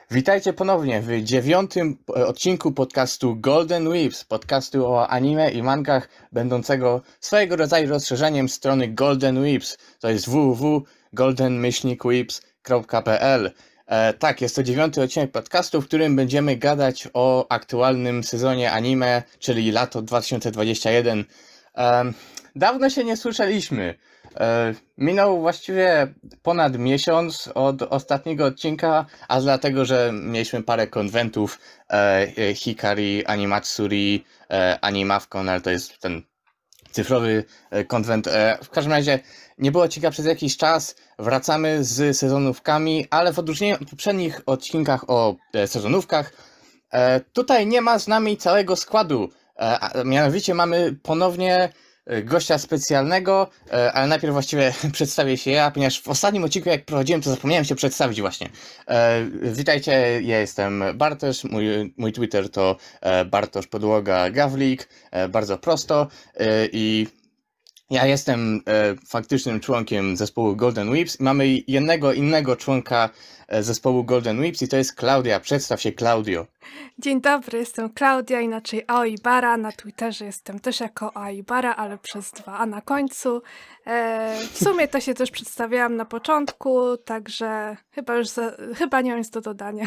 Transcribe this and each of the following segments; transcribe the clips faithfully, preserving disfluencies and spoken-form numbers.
Witajcie ponownie w dziewiątym odcinku podcastu Golden Weeps, podcastu o anime i mangach, będącego swojego rodzaju rozszerzeniem strony Golden Weeps. To jest w w w kropka golden weeps kropka p l. E, tak, jest to dziewiąty odcinek podcastu, w którym będziemy gadać o aktualnym sezonie anime, czyli lato dwa tysiące dwudziesty pierwszy. E, dawno się nie słyszeliśmy. E, minął właściwie ponad miesiąc od ostatniego odcinka, a dlatego, że mieliśmy parę konwentów e, Hikari, Animatsuri, e, Animafcon, ale to jest ten cyfrowy e, konwent. E, w każdym razie nie było ciekawe przez jakiś czas, wracamy z sezonówkami, ale w odróżnieniu od poprzednich odcinkach o e, sezonówkach, e, tutaj nie ma z nami całego składu. E, a mianowicie mamy ponownie gościa specjalnego, ale najpierw właściwie przedstawię się ja, ponieważ w ostatnim odcinku jak prowadziłem, to zapomniałem się przedstawić właśnie. E, witajcie, ja jestem Bartosz, mój, mój Twitter to Bartosz Podłoga Gawlik, e, bardzo prosto e, i ja jestem e, faktycznym członkiem zespołu Golden Weeps i mamy jednego innego członka zespołu Golden Weeps i to jest Klaudia. Przedstaw się, Klaudio. Dzień dobry, jestem Klaudia, inaczej Aoibara. Na Twitterze jestem też jako Aoibara, ale przez dwa A na końcu. E, w sumie to się też przedstawiałam na początku, także chyba już za, chyba nie mam nic do dodania.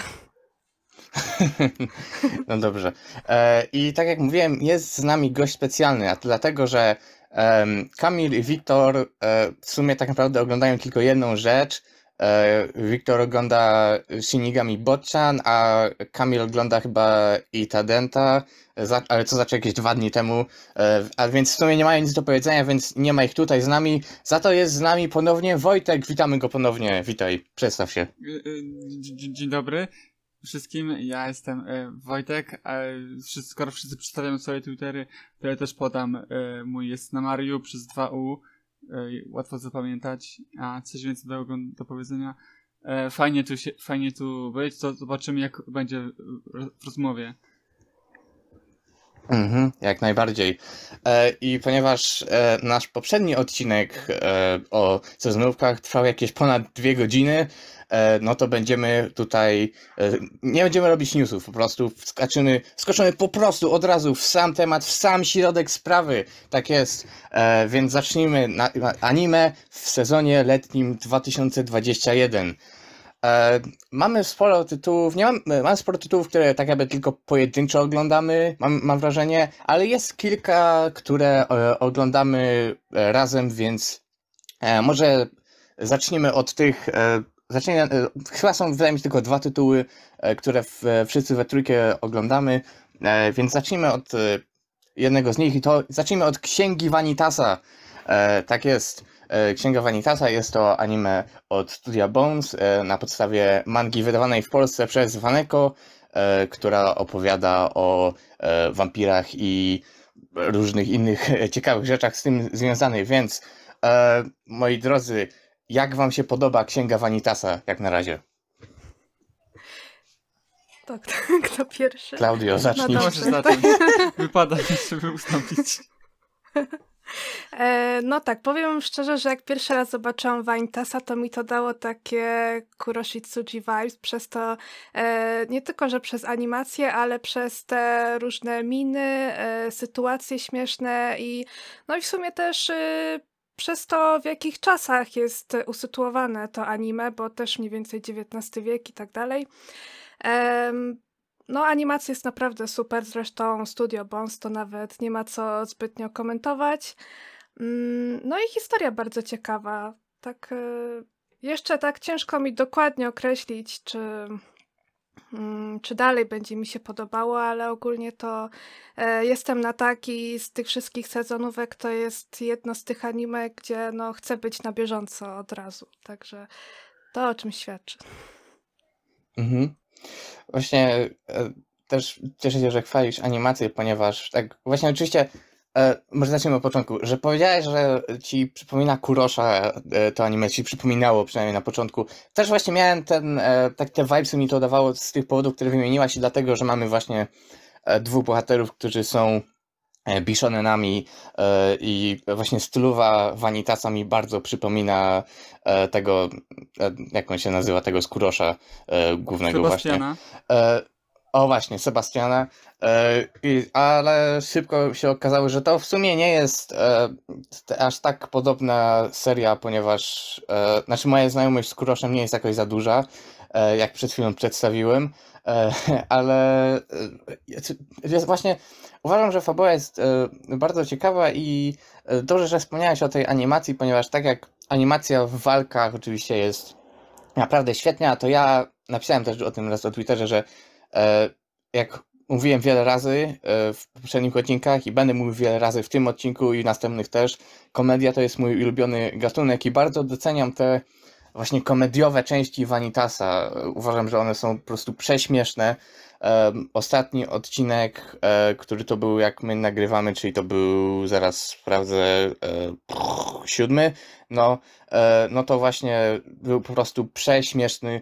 No dobrze. E, I tak jak mówiłem, jest z nami gość specjalny, a to dlatego, że um, Kamil i Wiktor e, w sumie tak naprawdę oglądają tylko jedną rzecz. E, Wiktor ogląda Shinigami Botchan, a Kamil ogląda chyba Itadenta, za, ale co zaczął jakieś dwa dni temu, e, a więc w sumie nie mają nic do powiedzenia, więc nie ma ich tutaj z nami. Za to jest z nami ponownie Wojtek, witamy go ponownie, witaj, przedstaw się. Dzień, dzień dobry wszystkim, ja jestem e, Wojtek, a wszyscy, skoro wszyscy przedstawiają swoje Twittery, to ja też podam, e, mój jest na Mariu przez dwa U, e, łatwo zapamiętać, a coś więcej do, do powiedzenia. E, fajnie, tu się, fajnie tu być, to zobaczymy jak będzie w rozmowie. Mhm, jak najbardziej. E, I ponieważ e, nasz poprzedni odcinek e, o sezonówkach trwał jakieś ponad dwie godziny, e, no to będziemy tutaj, e, nie będziemy robić newsów, po prostu wskaczymy, skoczymy po prostu od razu w sam temat, w sam środek sprawy. Tak jest. E, więc zacznijmy na, na anime w sezonie letnim dwa tysiące dwudziestym pierwszym. E, mamy sporo tytułów, nie mam, mam sporo tytułów, które tak jakby tylko pojedynczo oglądamy, mam, mam wrażenie, ale jest kilka, które e, oglądamy e, razem, więc e, może zacznijmy od tych, e, zacznijmy, e, chyba są wydaje mi się tylko dwa tytuły, e, które w, wszyscy we trójkę oglądamy, e, więc zacznijmy od e, jednego z nich i to zacznijmy od Księgi Vanitasa. E, tak jest. Księga Vanitasa jest to anime od Studia Bones na podstawie mangi wydawanej w Polsce przez Waneko, która opowiada o wampirach i różnych innych ciekawych rzeczach z tym związanych, więc moi drodzy, jak wam się podoba Księga Vanitasa jak na razie? Tak, tak, kto pierwszy? Klaudio, zacznij. No Możesz zacząć. Wypada, żeby ustąpić. E, no tak, powiem szczerze, że jak pierwszy raz zobaczyłam Vanitasa, to mi to dało takie Kuroshitsuji vibes, przez to e, nie tylko, że przez animację, ale przez te różne miny, e, sytuacje śmieszne i no i w sumie też e, przez to, w jakich czasach jest usytuowane to anime, bo też mniej więcej dziewiętnasty wiek i tak dalej. Em, No, animacja jest naprawdę super, zresztą Studio Bones to nawet nie ma co zbytnio komentować. Mm, No i historia bardzo ciekawa. Tak, e, jeszcze tak ciężko mi dokładnie określić, czy, mm, czy dalej będzie mi się podobało, ale ogólnie to e, jestem na tak i z tych wszystkich sezonówek to jest jedno z tych anime, gdzie no, chcę być na bieżąco od razu. Także to o czym świadczy. Mhm. Właśnie e, też cieszę się, że chwalisz animację, ponieważ tak właśnie oczywiście, e, może zacznijmy od początku, że powiedziałeś, że ci przypomina Kurosza, e, to anime ci przypominało przynajmniej na początku. Też właśnie miałem ten, e, tak te vibesy mi to dawało z tych powodów, które wymieniłaś i dlatego, że mamy właśnie e, dwóch bohaterów, którzy są e, bishonenami e, i właśnie stylowa Vanitasa mi bardzo przypomina e, tego, e, jak on się nazywa, tego Skurosza e, głównego właśnie. Sebastiana. E, o właśnie, Sebastiana, e, i, ale szybko się okazało, że to w sumie nie jest e, t- aż tak podobna seria, ponieważ e, znaczy moja znajomość z Kuroszem nie jest jakoś za duża, e, jak przed chwilą przedstawiłem, e, ale e, jest, jest właśnie uważam, że fabuła jest e, bardzo ciekawa i e, dobrze, że wspomniałeś o tej animacji, ponieważ tak jak animacja w walkach oczywiście jest naprawdę świetnie, a to ja napisałem też o tym raz na Twitterze, że e, jak mówiłem wiele razy e, w poprzednich odcinkach i będę mówił wiele razy w tym odcinku i następnych też, komedia to jest mój ulubiony gatunek i bardzo doceniam te właśnie komediowe części Vanitasa. Uważam, że one są po prostu prześmieszne. Em, ostatni odcinek, e, który to był, jak my nagrywamy, czyli to był, zaraz sprawdzę, e, pff, siódmy, no, e, no to właśnie był po prostu prześmieszny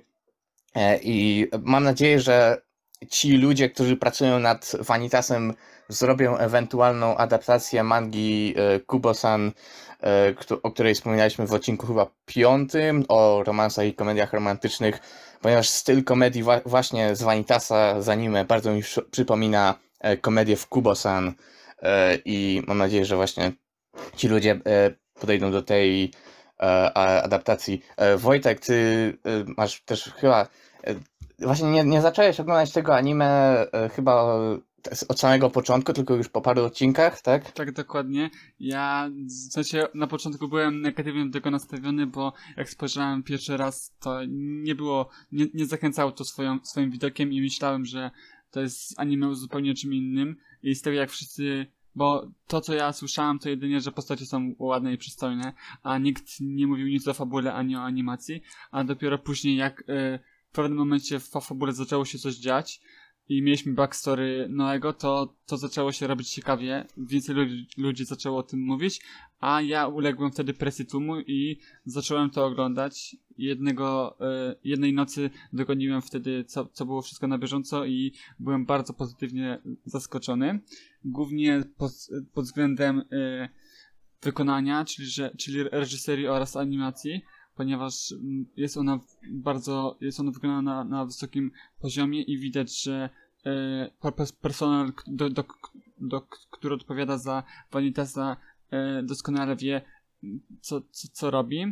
e, i mam nadzieję, że ci ludzie, którzy pracują nad Vanitasem, zrobią ewentualną adaptację mangi e, Kubo-san, e, któ- o której wspominaliśmy w odcinku chyba piątym, o romansach i komediach romantycznych, ponieważ styl komedii wa- właśnie z Vanitasa z anime bardzo mi przy- przypomina e, komedię w Kubo-san e, i mam nadzieję, że właśnie ci ludzie e, podejdą do tej e, a- adaptacji. E, Wojtek, ty e, masz też chyba e, właśnie nie, nie zacząłeś oglądać tego anime e, chyba t- od samego początku, tylko już po paru odcinkach, tak? Tak, dokładnie. Ja w sensie na początku byłem negatywnie do tego nastawiony, bo jak spojrzałem pierwszy raz, to nie było, nie, nie zachęcało to swoją, swoim widokiem i myślałem, że to jest anime zupełnie czym innym i z tego jak wszyscy, bo to co ja słyszałem to jedynie, że postacie są ładne i przystojne, a nikt nie mówił nic o fabule ani o animacji, a dopiero później jak y, w pewnym momencie w fabule zaczęło się coś dziać i mieliśmy backstory Noego, to, to zaczęło się robić ciekawie, więcej ludzi, ludzi zaczęło o tym mówić, a ja uległem wtedy presji tłumu i zacząłem to oglądać. Jednego, e, jednej nocy dogoniłem wtedy, co, co było wszystko na bieżąco i byłem bardzo pozytywnie zaskoczony. Głównie pod, pod względem e, wykonania, czyli, że, czyli reżyserii oraz animacji, ponieważ mm, jest ona bardzo, jest ona wykonana na, na wysokim poziomie i widać, że e, per- personel, k- do, do, do, który odpowiada za Vanitasa, e, doskonale wie, mm, co, co, co robi.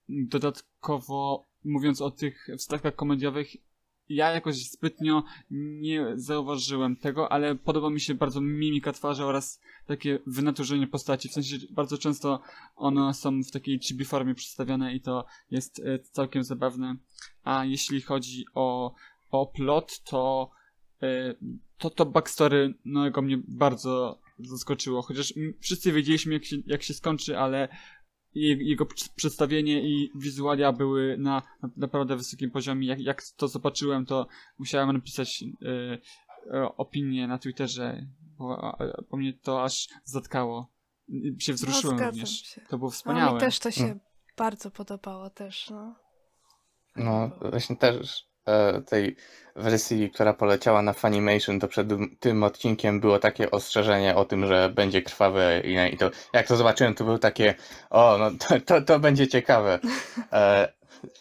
Dodatkowo, mówiąc o tych wstawkach komediowych, ja jakoś zbytnio nie zauważyłem tego, ale podoba mi się bardzo mimika twarzy oraz takie wynaturzenie postaci. W sensie bardzo często one są w takiej chibi formie przedstawione i to jest e, całkiem zabawne. A jeśli chodzi o, o plot, to, e, to to backstory Noego mnie bardzo zaskoczyło. Chociaż mm, wszyscy wiedzieliśmy jak się, jak się skończy, ale je- jego pr- przedstawienie i wizualia były na, na naprawdę wysokim poziomie. Jak, jak to zobaczyłem, to musiałem napisać e, e, opinię na Twitterze, bo, a- bo mnie to aż zatkało. I się wzruszyłem zgadzam również. się. To było No, wspaniałe. mi też to się Mm. bardzo podobało też, no. No, właśnie też e, tej wersji, która poleciała na Funimation, to przed tym odcinkiem było takie ostrzeżenie o tym, że będzie krwawe i, i to jak to zobaczyłem, to było takie o, no to, to, to będzie ciekawe. E,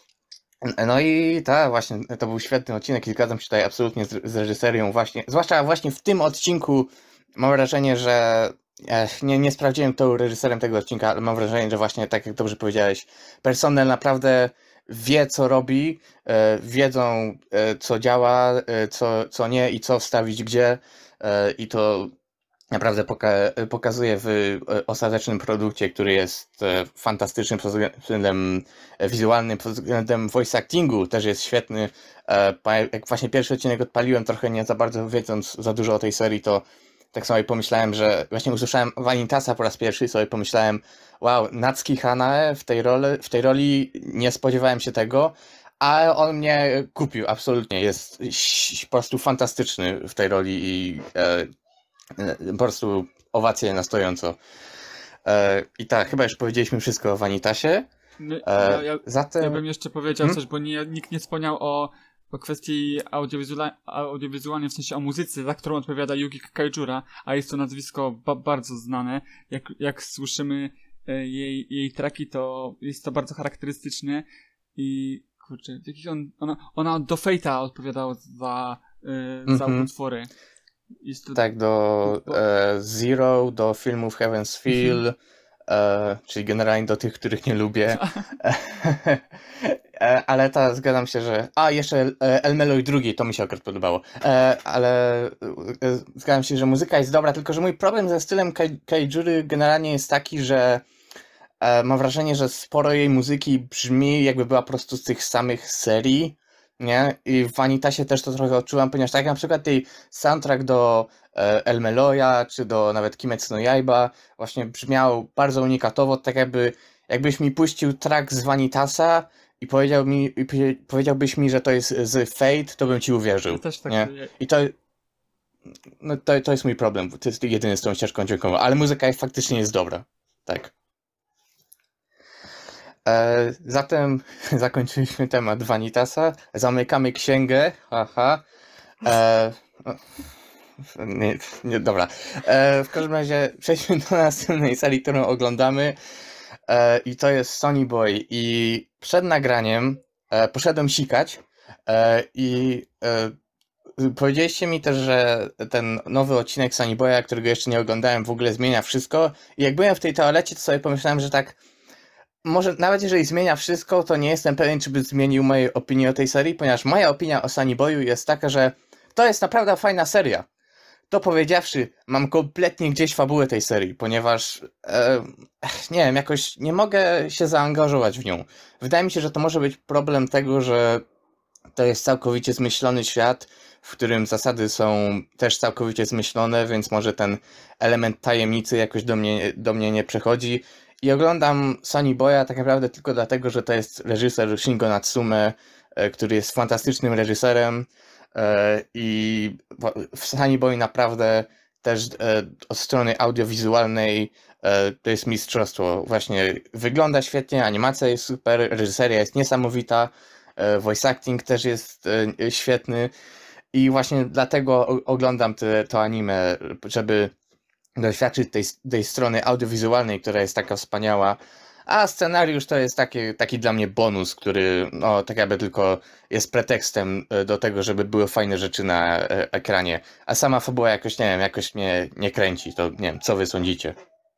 no i tak, właśnie, to był świetny odcinek i zgadzam się tutaj absolutnie z, z reżyserią właśnie, zwłaszcza właśnie w tym odcinku mam wrażenie, że Ech, nie, nie sprawdziłem, kto był reżyserem tego odcinka, ale mam wrażenie, że właśnie tak jak dobrze powiedziałeś, personel naprawdę wie, co robi, e, wiedzą, e, co działa, e, co, co nie i co wstawić gdzie e, i to naprawdę poka- pokazuje w e, ostatecznym produkcie, który jest e, fantastyczny pod względem e, wizualnym, pod względem voice actingu też jest świetny. E, pa- jak właśnie pierwszy odcinek odpaliłem, trochę nie za bardzo wiedząc za dużo o tej serii, to tak sobie pomyślałem, że właśnie usłyszałem Vanitasa po raz pierwszy i sobie pomyślałem, wow, Natsuki Hanae w tej roli, w tej roli nie spodziewałem się tego, ale on mnie kupił, absolutnie, jest ś- po prostu fantastyczny w tej roli i e, e, po prostu owacje na stojąco. E, I tak, chyba już powiedzieliśmy wszystko o Vanitasie. My, E, ja, ja, zatem... ja bym jeszcze powiedział Hmm? coś, bo nie, nikt nie wspomniał o o kwestii audiowizualnej, audiowizualnej, w sensie o muzyce, za którą odpowiada Yuki Kaijura, a jest to nazwisko ba- bardzo znane. Jak, jak słyszymy e, jej, jej traki, to jest to bardzo charakterystyczne i kurczę, w jakich on, ona, ona do Fate'a odpowiadała za, e, za Mhm. utwory. Jest to, Tak, do bo- e, Zero, do filmów Heaven's Feel, e, czyli generalnie do tych, których nie lubię. E, ale ta zgadzam się, że... A, jeszcze e, El Meloy drugi, to mi się akurat podobało. E, ale e, zgadzam się, że muzyka jest dobra, tylko że mój problem ze stylem Kai- Kaijury generalnie jest taki, że e, mam wrażenie, że sporo jej muzyki brzmi jakby była po prostu z tych samych serii, nie? I w Vanitasie też to trochę odczułam, ponieważ tak jak na przykład tej soundtrack do e, El Meloya, czy do nawet Kimetsu no Yaiba właśnie brzmiał bardzo unikatowo, tak jakby jakbyś mi puścił track z Vanitasa i powiedział mi, i powie- powiedziałbyś mi, że to jest z Fate, to bym ci uwierzył. ja też tak nie? czuję. I to, no to, to jest mój problem, to jest jedyny z tą ścieżką dźwiękową, ale muzyka jest, faktycznie jest dobra. Tak. E, zatem zakończyliśmy temat Vanitasa, zamykamy księgę, haha. E, o, nie, nie, dobra. E, w każdym razie przejdźmy do następnej serii, którą oglądamy. E, I to jest Sonny Boy. I przed nagraniem e, poszedłem sikać e, i e, powiedzieliście mi też, że ten nowy odcinek Sonny Boya, którego jeszcze nie oglądałem, w ogóle zmienia wszystko. I jak byłem w tej toalecie, to sobie pomyślałem, że tak, może nawet jeżeli zmienia wszystko, to nie jestem pewien, czy by zmienił moje opinie o tej serii, ponieważ moja opinia o Sonny Boyu jest taka, że to jest naprawdę fajna seria. To powiedziawszy, mam kompletnie gdzieś fabułę tej serii, ponieważ e, nie wiem, jakoś nie mogę się zaangażować w nią. Wydaje mi się, że to może być problem tego, że to jest całkowicie zmyślony świat, w którym zasady są też całkowicie zmyślone, więc może ten element tajemnicy jakoś do mnie, do mnie nie przechodzi. I oglądam Sonny Boya tak naprawdę tylko dlatego, że to jest reżyser Shingo Natsume, e, który jest fantastycznym reżyserem. E, I wa- w Sonny Boy naprawdę też e, od strony audiowizualnej e, to jest mistrzostwo. Właśnie wygląda świetnie, animacja jest super, reżyseria jest niesamowita, e, voice acting też jest e, świetny i właśnie dlatego o- oglądam te, to anime, żeby doświadczyć tej, tej strony audiowizualnej, która jest taka wspaniała. A scenariusz to jest taki, taki dla mnie bonus, który no tak jakby tylko jest pretekstem e, do tego, żeby były fajne rzeczy na e, ekranie. A sama fabuła jakoś, nie wiem, jakoś mnie nie kręci. To nie wiem, co wy sądzicie?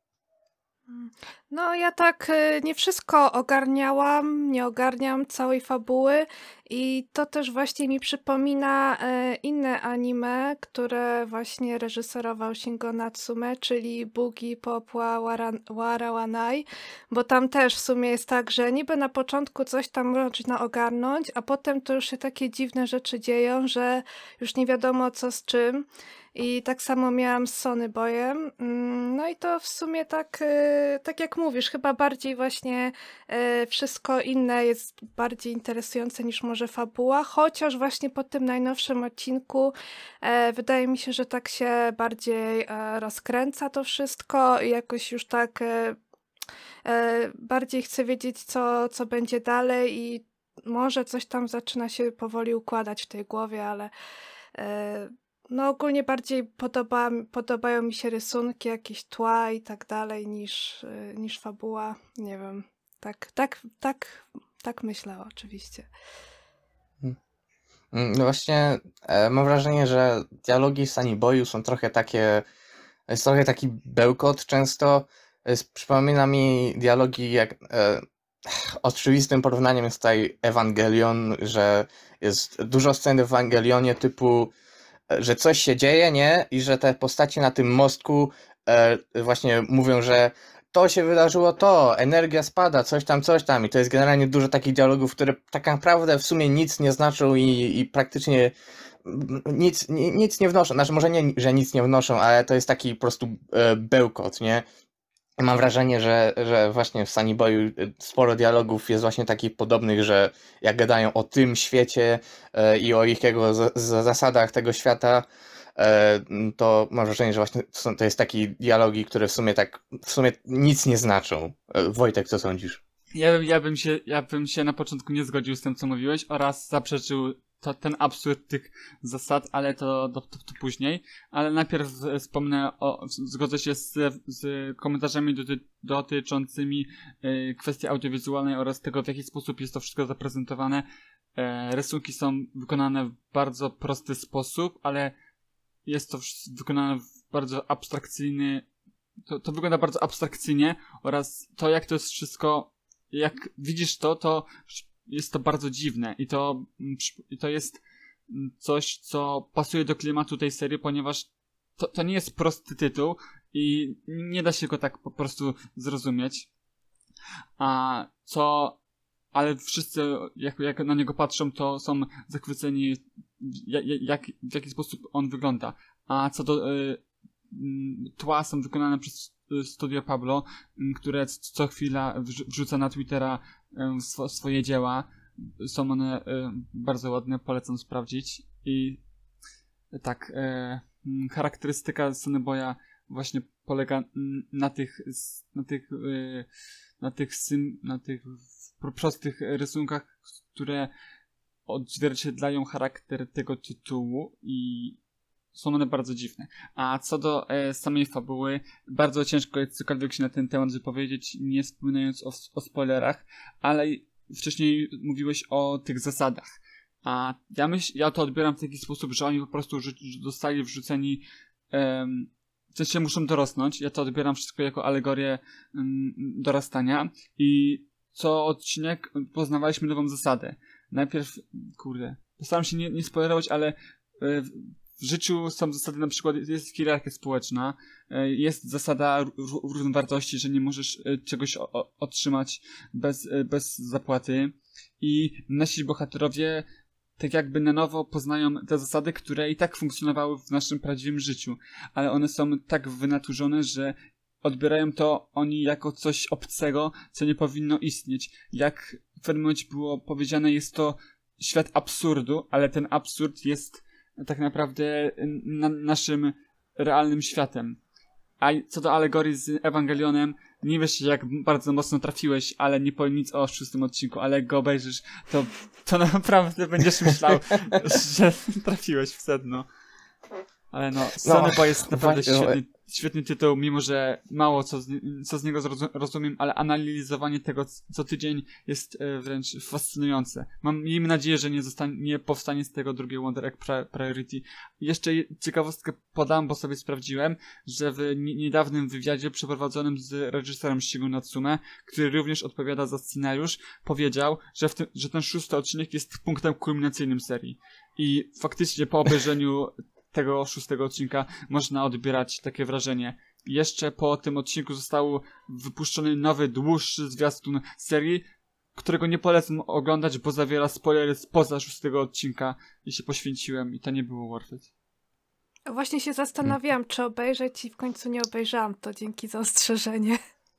No, ja tak y, nie wszystko ogarniałam, nie ogarniam całej fabuły i to też właśnie mi przypomina e, inne anime, które właśnie reżyserował Shingo Natsume, czyli Boogie Popła Wara- Warawanai, bo tam też w sumie jest tak, że niby na początku coś tam można ogarnąć, a potem to już się takie dziwne rzeczy dzieją, że już nie wiadomo co z czym. I tak samo miałam z Sonny Boyem. Mm, No i to w sumie tak, y, tak jak mówisz, chyba bardziej właśnie y, wszystko inne jest bardziej interesujące niż może fabuła, chociaż właśnie po tym najnowszym odcinku e, wydaje mi się, że tak się bardziej e, rozkręca to wszystko i jakoś już tak e, e, bardziej chcę wiedzieć, co, co będzie dalej i może coś tam zaczyna się powoli układać w tej głowie, ale e, no ogólnie bardziej podoba, podobają mi się rysunki, jakieś tła i tak dalej niż, y, niż fabuła. Nie wiem. Tak, tak, tak, tak myślę oczywiście. Mm, No właśnie, e, mam wrażenie, że dialogi Sunny Boyu są trochę takie, jest trochę taki bełkot często. Jest, przypomina mi dialogi jak, e, oczywistym porównaniem jest tutaj Ewangelion, że jest dużo scen w Ewangelionie typu, e, że coś się dzieje, nie? I że te postacie na tym mostku e, właśnie mówią, że to się wydarzyło to, energia spada, coś tam, coś tam. I to jest generalnie dużo takich dialogów, które tak naprawdę w sumie nic nie znaczą i, i praktycznie mm, nic, ni- nic nie wnoszą. Znaczy może nie, że nic nie wnoszą, ale to jest taki po prostu e, bełkot, nie? I mam wrażenie, że, że właśnie w Sunny Boyu y, sporo dialogów jest właśnie takich podobnych, że jak gadają o tym świecie e, i o ich jego za, za zasadach tego świata, e, to mam wrażenie, że właśnie to, są, to jest takie dialogi, które w sumie tak w sumie nic nie znaczą. E, Wojtek, co sądzisz? Ja bym, ja, bym się, ja bym się na początku nie zgodził z tym, co mówiłeś oraz zaprzeczył to ten absurd tych zasad, ale to, to, to, to później. Ale najpierw wspomnę, o, zgodzę się z, z komentarzami doty, dotyczącymi y, kwestii audiowizualnej oraz tego, w jaki sposób jest to wszystko zaprezentowane. E, rysunki są wykonane w bardzo prosty sposób, ale jest to wykonane w bardzo abstrakcyjny, to, to wygląda bardzo abstrakcyjnie oraz to, jak to jest wszystko, jak widzisz to, to jest to bardzo dziwne i to, i to jest coś, co pasuje do klimatu tej serii, ponieważ to, to nie jest prosty tytuł i nie da się go tak po prostu zrozumieć. A co, ale wszyscy jak, jak na niego patrzą, to są zachwyceni jak, jak, w jaki sposób on wygląda. A co do y, tła są wykonane przez Studio Pablo, które co chwila wrzuca na Twittera sw swoje dzieła. Są one bardzo ładne, polecam sprawdzić. I tak, charakterystyka Sonny Boya właśnie polega na tych na tych na tych, sym, na tych prostych rysunkach, które odzwierciedlają charakter tego tytułu i są one bardzo dziwne. A co do e, samej fabuły, bardzo ciężko jest cokolwiek się na ten temat wypowiedzieć, nie wspominając o, o spoilerach, ale wcześniej mówiłeś o tych zasadach. A ja myśl, ja to odbieram w taki sposób, że oni po prostu zostali wrzuceni, um, w sensie muszą dorosnąć. Ja to odbieram wszystko jako alegorię um, dorastania i co odcinek poznawaliśmy nową zasadę. Najpierw, kurde, postaram się nie, nie spoilerować, ale y, w życiu są zasady, na przykład jest hierarchia społeczna, jest zasada równowartości, że nie możesz czegoś o, otrzymać bez, bez zapłaty i nasi bohaterowie tak jakby na nowo poznają te zasady, które i tak funkcjonowały w naszym prawdziwym życiu, ale one są tak wynaturzone, że odbierają to oni jako coś obcego, co nie powinno istnieć. Jak w pewnym momencie było powiedziane, jest to świat absurdu, ale ten absurd jest tak naprawdę na naszym realnym światem. A co do alegorii z Ewangelionem, nie wiesz jak bardzo mocno trafiłeś, ale nie powiem nic o szóstym odcinku, ale jak go obejrzysz, to, to naprawdę będziesz myślał, że trafiłeś w sedno. Ale no, Sonny Boy jest naprawdę świetny, świetny tytuł, mimo że mało co z, co z niego rozumiem, ale analizowanie tego co tydzień jest wręcz fascynujące. Mam, miejmy nadzieję, że nie, zostanie, nie powstanie z tego drugie Wonder Egg Priority. Jeszcze ciekawostkę podam, bo sobie sprawdziłem, że w niedawnym wywiadzie przeprowadzonym z reżyserem Shigeru Natsume, który również odpowiada za scenariusz, powiedział, że, w tym, że ten szósty odcinek jest punktem kulminacyjnym serii. I faktycznie po obejrzeniu tego szóstego odcinka można odbierać takie wrażenie. Jeszcze po tym odcinku został wypuszczony nowy, dłuższy zwiastun serii, którego nie polecam oglądać, bo zawiera spoilery spoza szóstego odcinka i się poświęciłem i to nie było worth it. Właśnie się zastanawiałam, czy obejrzeć i w końcu nie obejrzałam, to dzięki za ostrzeżenie.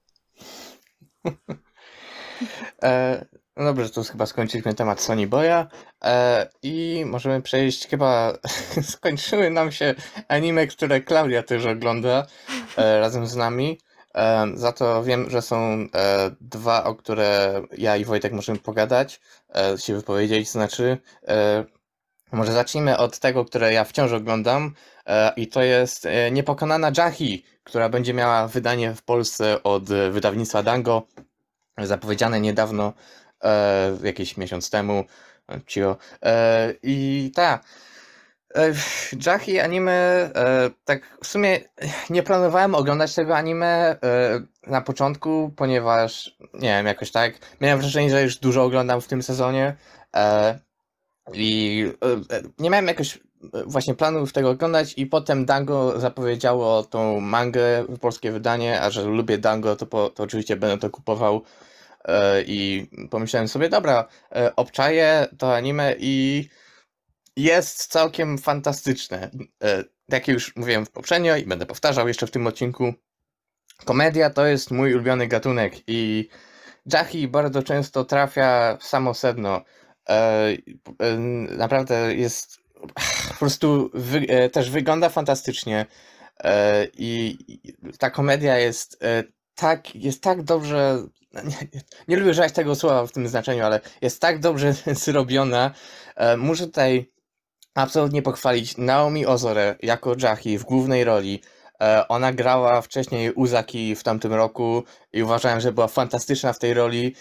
e, no dobrze, to chyba skończyliśmy temat Sonny Boya e, i możemy przejść, chyba skończyły nam się anime, które Klaudia też ogląda e, razem z nami. E, za to wiem, że są e, dwa, o które ja i Wojtek możemy pogadać, e, się wypowiedzieć, znaczy e, może zacznijmy od tego, które ja wciąż oglądam e, i to jest e, Niepokonana Jahi, która będzie miała wydanie w Polsce od wydawnictwa Dango, zapowiedziane niedawno, e, jakiś miesiąc temu, cio. E, I tak, e, Jahi anime, e, tak w sumie nie planowałem oglądać tego anime e, na początku, ponieważ, nie wiem, jakoś tak, miałem wrażenie, że już dużo oglądam w tym sezonie e, i e, nie miałem jakoś właśnie planów tego oglądać i potem Dango zapowiedziało tą mangę, polskie wydanie, a że lubię Dango, to, po, to oczywiście będę to kupował e, i pomyślałem sobie, dobra, e, obczaję to anime i jest całkiem fantastyczne. E, jak już mówiłem poprzednio i będę powtarzał jeszcze w tym odcinku, komedia to jest mój ulubiony gatunek i Jahi bardzo często trafia w samo sedno. E, e, naprawdę jest po prostu wy, e, też wygląda fantastycznie e, i, i ta komedia jest e, tak, jest tak dobrze, nie, nie, nie lubię używać tego słowa w tym znaczeniu, ale jest tak dobrze zrobiona. E, muszę tutaj absolutnie pochwalić Naomi Ozore jako Jahi w głównej roli. E, ona grała wcześniej Uzaki w tamtym roku i uważałem, że była fantastyczna w tej roli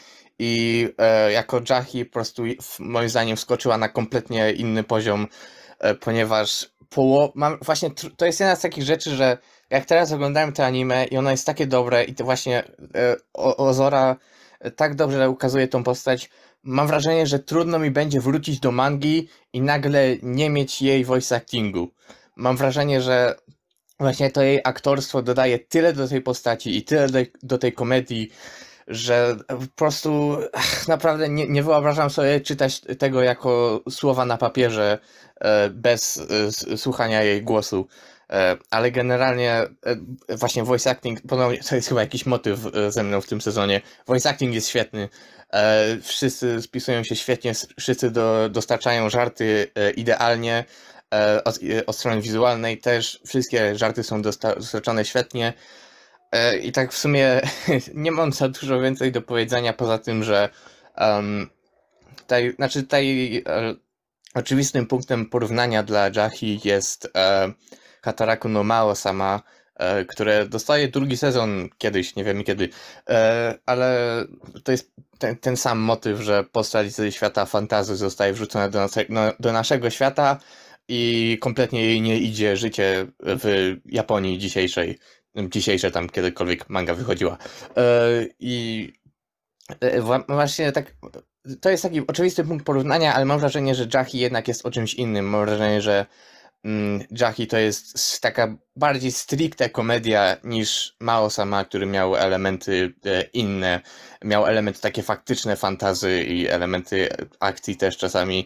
i e, jako Jahi po prostu w, moim zdaniem wskoczyła na kompletnie inny poziom, e, ponieważ poło- mam właśnie tr- to jest jedna z takich rzeczy, że jak teraz oglądałem to anime i ono jest takie dobre i to właśnie e, o- Ozora e, tak dobrze ukazuje tą postać, mam wrażenie, że trudno mi będzie wrócić do mangi i nagle nie mieć jej voice actingu. Mam wrażenie, że właśnie to jej aktorstwo dodaje tyle do tej postaci i tyle do, do tej komedii, że po prostu ach, naprawdę nie, nie wyobrażam sobie czytać tego jako słowa na papierze e, bez e, s- słuchania jej głosu. E, ale generalnie e, właśnie voice acting, ponownie, to jest chyba jakiś motyw e, ze mną w tym sezonie. Voice acting jest świetny. E, wszyscy spisują się świetnie, s- wszyscy do, dostarczają żarty e, idealnie. E, od, e, od strony wizualnej też wszystkie żarty są dosta- dostarczone świetnie. E, I tak w sumie nie mam za dużo więcej do powiedzenia poza tym, że um, tutaj, znaczy tutaj e, oczywistym punktem porównania dla Jahi jest e, Hataraku no Mao sama, e, które dostaje drugi sezon kiedyś, nie wiemy kiedy, e, ale to jest ten, ten sam motyw, że postać ze świata fantasy zostaje wrzucona do, nasze, no, do naszego świata i kompletnie jej nie idzie życie w Japonii dzisiejszej, dzisiejsze tam kiedykolwiek manga wychodziła. E, I e, wła- właśnie tak, to jest taki oczywisty punkt porównania, ale mam wrażenie, że Jahi jednak jest o czymś innym. Mam wrażenie, że mm, Jahi to jest s- taka bardziej stricte komedia niż Mao Sama, który miał elementy e, inne. Miał elementy takie faktyczne fantazy i elementy akcji też czasami.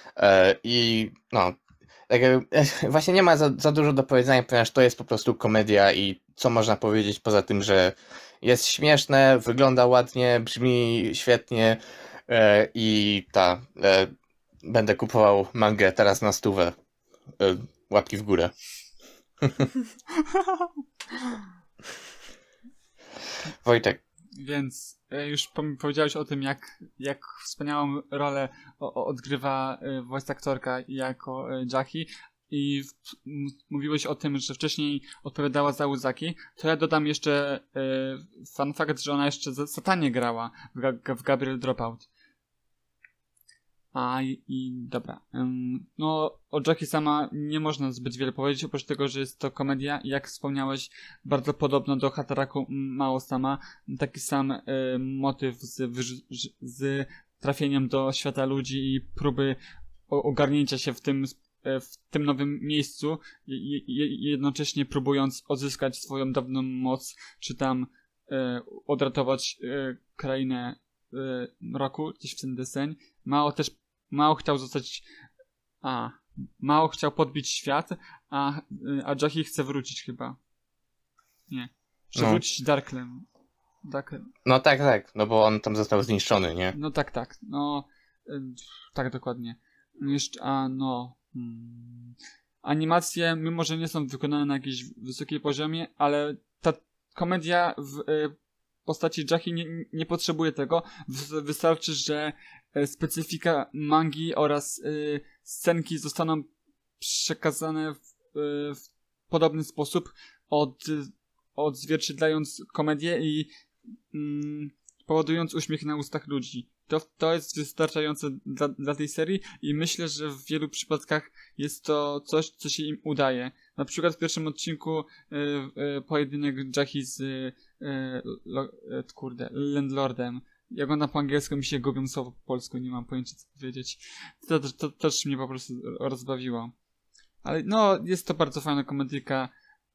E, I no, tak jakby, eh, właśnie nie ma za, za dużo do powiedzenia, ponieważ to jest po prostu komedia i co można powiedzieć poza tym, że jest śmieszne, wygląda ładnie, brzmi świetnie e, i ta, e, będę kupował mangę teraz na stówę. E, łapki w górę. Wojtek. Więc e, już pom- powiedziałeś o tym, jak, jak wspaniałą rolę o, o, odgrywa e, voice aktorka jako e, Jahi i w, m, mówiłeś o tym, że wcześniej odpowiadała za Uzaki, to ja dodam jeszcze e, fun fact, że ona jeszcze za Satanie grała w, Ga- w Gabriel Dropout. A i, i dobra. Ym, no, o Jackie sama nie można zbyt wiele powiedzieć, oprócz tego, że jest to komedia i jak wspomniałeś, bardzo podobno do Hataraku Mao Sama. Taki sam y, motyw z, wyrz- z trafieniem do świata ludzi i próby o, ogarnięcia się w tym, y, w tym nowym miejscu, i, i, jednocześnie próbując odzyskać swoją dawną moc, czy tam y, odratować y, krainę y, roku, gdzieś w ten deseń. Mao też Mao chciał zostać... A, Mao chciał podbić świat, a, a Jahi chce wrócić chyba. Nie. Przewrócić no. Darklem. Darklem. No tak, tak, no bo on tam został zniszczony, nie? No tak, tak. No, y, tak dokładnie. Jeszcze, a no... Hmm. Animacje, mimo że nie są wykonane na jakimś wysokim poziomie, ale ta komedia w y, postaci Jahi nie, nie potrzebuje tego. Wystarczy, że specyfika mangi oraz y, scenki zostaną przekazane w, y, w podobny sposób, od, odzwierciedlając komedię i mm, powodując uśmiech na ustach ludzi. To, to jest wystarczające dla, dla tej serii i myślę, że w wielu przypadkach jest to coś, co się im udaje. Na przykład w pierwszym odcinku y, y, pojedynek Jahi z y, lo, y, kurde, Landlordem. Jak ona po angielsku mi się gubią słowo po polsku, nie mam pojęcia co powiedzieć. To, to, to też mnie po prostu rozbawiło. Ale no, jest to bardzo fajna komedyjka.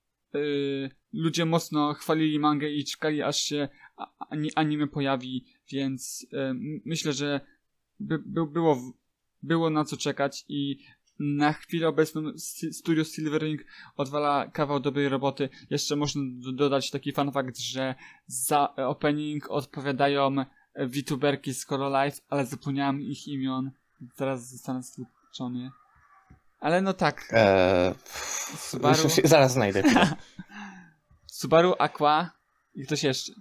Yy, ludzie mocno chwalili mangę i czekali aż się anime pojawi, więc yy, myślę, że by, by, było, było na co czekać i na chwilę obecną Studio Silverring odwala kawał dobrej roboty. Jeszcze można dodać taki fun fact, że za opening odpowiadają VTuberki z Color Life, ale zapomniałem ich imion. Zaraz zostanę stłuczony. Ale no tak. Eee, Subaru... Zaraz znajdę. Subaru, Aqua I ktoś jeszcze.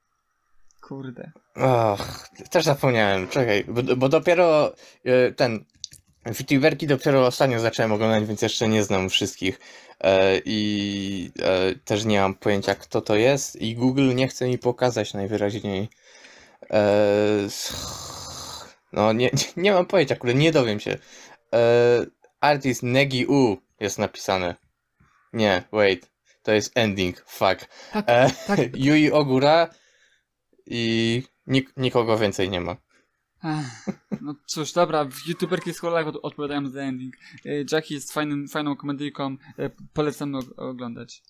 Kurde. Och, też zapomniałem, czekaj, bo, bo dopiero e, ten VTuberki dopiero ostatnio zacząłem oglądać, więc jeszcze nie znam wszystkich e, i e, też nie mam pojęcia, kto to jest i Google nie chce mi pokazać najwyraźniej. E, no nie, nie mam pojęcia, kurde, nie dowiem się. E, artist Negi U jest napisane. Nie, wait, to jest ending, fuck. Tak, E, tak. Yui Ogura i nik nikogo więcej nie ma. Ech, no cóż, dobra, youtuberki z Hololive od- odpowiadają za ending. Y, Jackie jest fajnym, fajną komedyjką, y, polecam og- oglądać.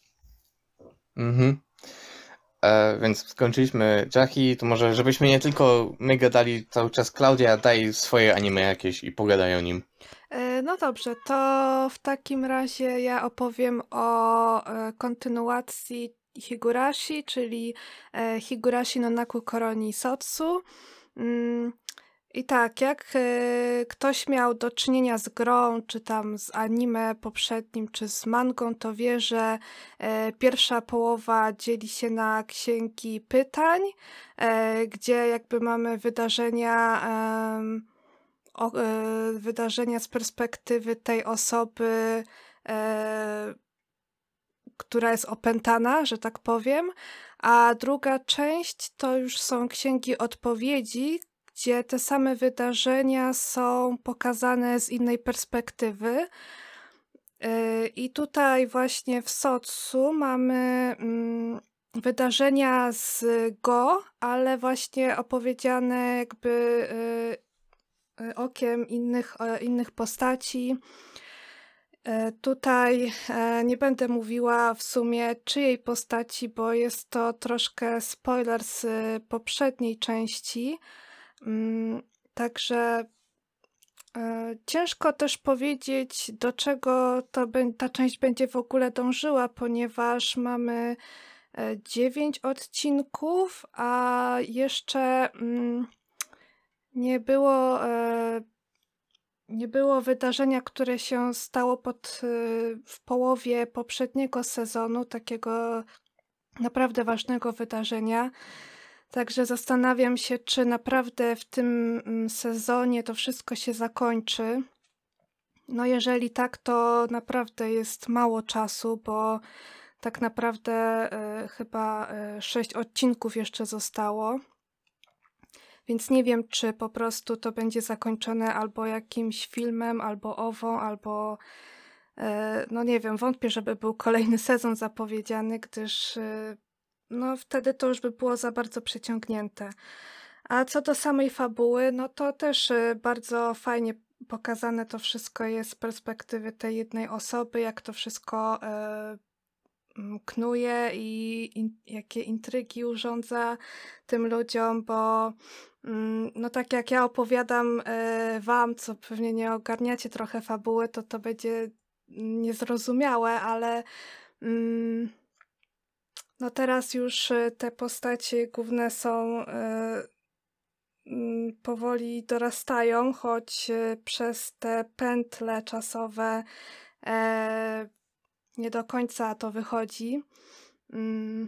Mhm. E, więc skończyliśmy Jackie, to może żebyśmy nie tylko my gadali cały czas, Klaudia, daj swoje anime jakieś i pogadaj o nim. E, No dobrze, to w takim razie ja opowiem o e, kontynuacji Higurashi, czyli e, Higurashi no Naku Koroni Sotsu. Mm, I tak, jak e, ktoś miał do czynienia z grą, czy tam z anime poprzednim, czy z mangą, to wie, że e, pierwsza połowa dzieli się na księgi pytań, e, gdzie jakby mamy wydarzenia, em, o, e, wydarzenia z perspektywy tej osoby, e, która jest opętana, że tak powiem, a druga część to już są księgi odpowiedzi, gdzie te same wydarzenia są pokazane z innej perspektywy. Yy, I tutaj właśnie w Sotsu mamy mm, wydarzenia z Go, ale właśnie opowiedziane jakby yy, yy, okiem innych, e, innych postaci. E, Tutaj e, nie będę mówiła w sumie czyjej postaci, bo jest to troszkę spoiler z e, poprzedniej części. Mm, Także e, ciężko też powiedzieć, do czego to bę- ta część będzie w ogóle dążyła, ponieważ mamy e, dziewięć odcinków, a jeszcze mm, nie było. e, Nie było wydarzenia, które się stało pod, y, w połowie poprzedniego sezonu, takiego naprawdę ważnego wydarzenia. Także zastanawiam się, czy naprawdę w tym mm, sezonie to wszystko się zakończy. No jeżeli tak, to naprawdę jest mało czasu, bo tak naprawdę y, chyba y, sześć odcinków jeszcze zostało. Więc nie wiem, czy po prostu to będzie zakończone albo jakimś filmem, albo ową, albo e, no nie wiem, wątpię, żeby był kolejny sezon zapowiedziany, gdyż e, no wtedy to już by było za bardzo przeciągnięte. A co do samej fabuły, no to też e, bardzo fajnie pokazane to wszystko jest z perspektywy tej jednej osoby, jak to wszystko e, m, knuje i in, jakie intrygi urządza tym ludziom, bo mm, no tak jak ja opowiadam e, wam, co pewnie nie ogarniacie trochę fabuły, to to będzie niezrozumiałe, ale mm, no teraz już e, te postacie główne są e, mm, powoli dorastają, choć e, przez te pętle czasowe e, nie do końca to wychodzi. Mm,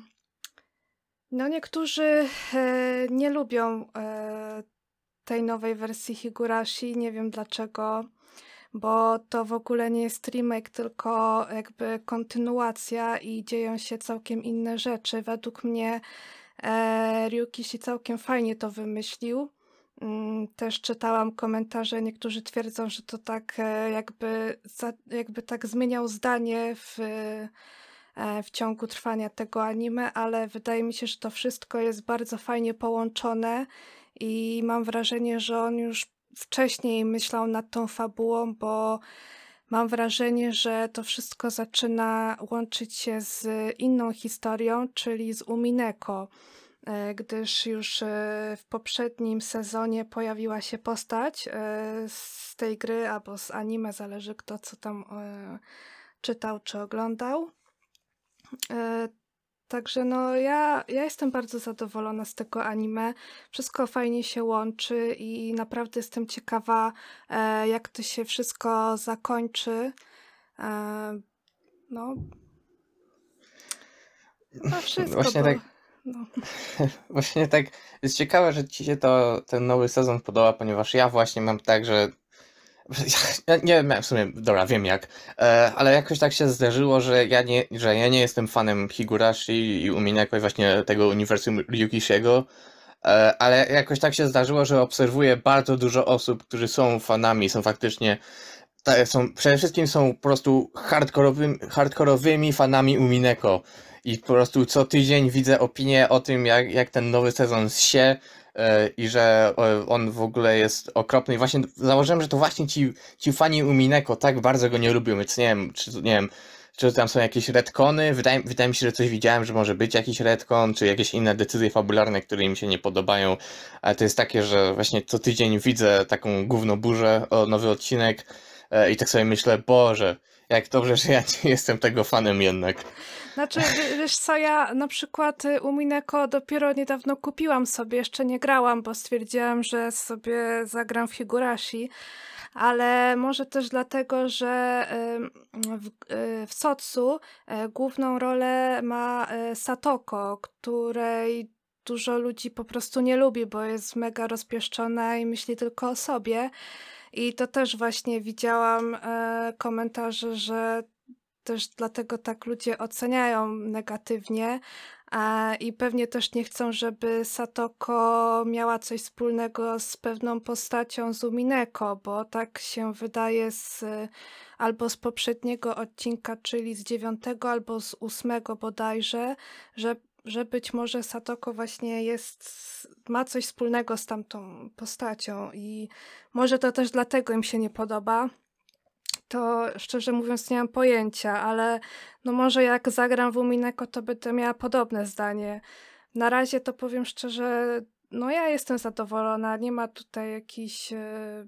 No niektórzy e, nie lubią e, tej nowej wersji Higurashi, nie wiem dlaczego, bo to w ogóle nie jest remake, tylko jakby kontynuacja i dzieją się całkiem inne rzeczy. Według mnie e, Ryukishi całkiem fajnie to wymyślił. Mm, Też czytałam komentarze, niektórzy twierdzą, że to tak e, jakby, za, jakby tak zmieniał zdanie w, e, w ciągu trwania tego anime, ale wydaje mi się, że to wszystko jest bardzo fajnie połączone i mam wrażenie, że on już wcześniej myślał nad tą fabułą, bo mam wrażenie, że to wszystko zaczyna łączyć się z inną historią, czyli z Umineko, e, gdyż już e, w poprzednim sezonie pojawiła się postać e, z tej gry albo z anime, zależy kto co tam e, czytał czy oglądał. E, Także no ja, ja jestem bardzo zadowolona z tego anime. Wszystko fajnie się łączy i naprawdę jestem ciekawa, e, jak to się wszystko zakończy. E, no, chyba wszystko, Właśnie bo... tak, No. Właśnie tak jest ciekawe, że ci się to ten nowy sezon podoba, ponieważ ja właśnie mam tak, że ja nie wiem w sumie, dobra, wiem jak, e, ale jakoś tak się zdarzyło, że ja nie, że ja nie jestem fanem Higurashi i Umineko i właśnie tego uniwersum Ryukishiego, e, ale jakoś tak się zdarzyło, że obserwuję bardzo dużo osób, którzy są fanami, są faktycznie ta- są, przede wszystkim są po prostu hardkorowymi, hardkorowymi fanami Umineko. I po prostu co tydzień widzę opinie o tym, jak, jak ten nowy sezon się e, i że e, on w ogóle jest okropny. I właśnie założyłem, że to właśnie ci, ci fani Umineko tak bardzo go nie lubią, więc nie wiem, czy nie wiem, czy tam są jakieś retcony. Wydaje, wydaje mi się, że coś widziałem, że może być jakiś retcon, czy jakieś inne decyzje fabularne, które im się nie podobają. Ale to jest takie, że właśnie co tydzień widzę taką gównoburzę o nowy odcinek. E, I tak sobie myślę, Boże, jak dobrze, że ja nie jestem tego fanem jednak. Znaczy, w- wiesz co, ja na przykład y, Umineko dopiero niedawno kupiłam sobie, jeszcze nie grałam, bo stwierdziłam, że sobie zagram w Higurashi, ale może też dlatego, że ym, w, y, w Sotsu y, główną rolę ma y, Satoko, której dużo ludzi po prostu nie lubi, bo jest mega rozpieszczona i myśli tylko o sobie. I to też właśnie widziałam e, komentarze, że też dlatego tak ludzie oceniają negatywnie a, i pewnie też nie chcą, żeby Satoko miała coś wspólnego z pewną postacią z Umineko, bo tak się wydaje z, albo z poprzedniego odcinka, czyli z dziewiątego, albo z ósmego bodajże, że że być może Satoko właśnie jest, ma coś wspólnego z tamtą postacią i może to też dlatego im się nie podoba. To szczerze mówiąc nie mam pojęcia, ale no może jak zagram w Umineko, to będę miała podobne zdanie. Na razie to powiem szczerze, no ja jestem zadowolona, nie ma tutaj jakichś e,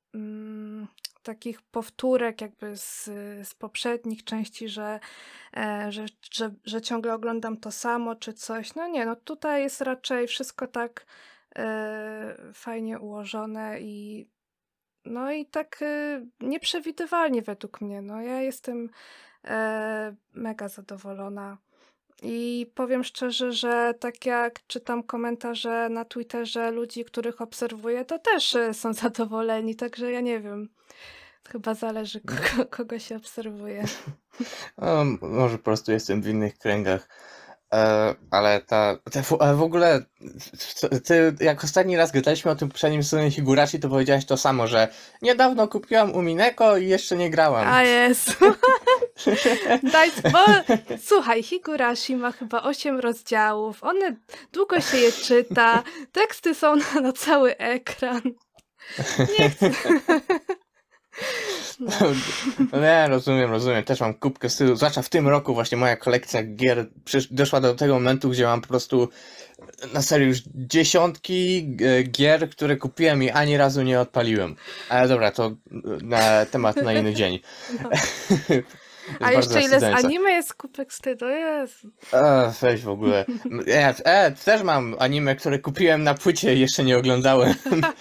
mm, takich powtórek jakby z, z poprzednich części, że, e, że, że, że ciągle oglądam to samo czy coś. No nie, no tutaj jest raczej wszystko tak e, fajnie ułożone i no i tak y, nieprzewidywalnie według mnie. No ja jestem e, mega zadowolona. I powiem szczerze, że tak jak czytam komentarze na Twitterze ludzi, których obserwuję, to też e, są zadowoleni, także ja nie wiem. Chyba zależy, kogo, kogo się obserwuje. No, może po prostu jestem w innych kręgach. E, ale ta, te, w- ale w ogóle, c- ty, jak ostatni raz gadaliśmy o tym poprzednim sezonie Higurashi, to powiedziałeś to samo, że niedawno kupiłam Umineko i jeszcze nie grałam. A jest. Daj, bo słuchaj, Higurashi ma chyba osiem rozdziałów. One długo się je czyta. Teksty są na, na cały ekran. Nie chcę. No. No nie, rozumiem, rozumiem. Też mam kubkę stylu. Zwłaszcza w tym roku właśnie moja kolekcja gier przysz- doszła do tego momentu, gdzie mam po prostu na serio już dziesiątki e, gier, które kupiłem i ani razu nie odpaliłem. Ale dobra, to na temat na inny dzień. No. Jest A bardzo jeszcze ile z zawstydzające. anime jest kubek wstydu? Jezu. E, weź w ogóle. E, e, też mam anime, które kupiłem na płycie i jeszcze nie oglądałem.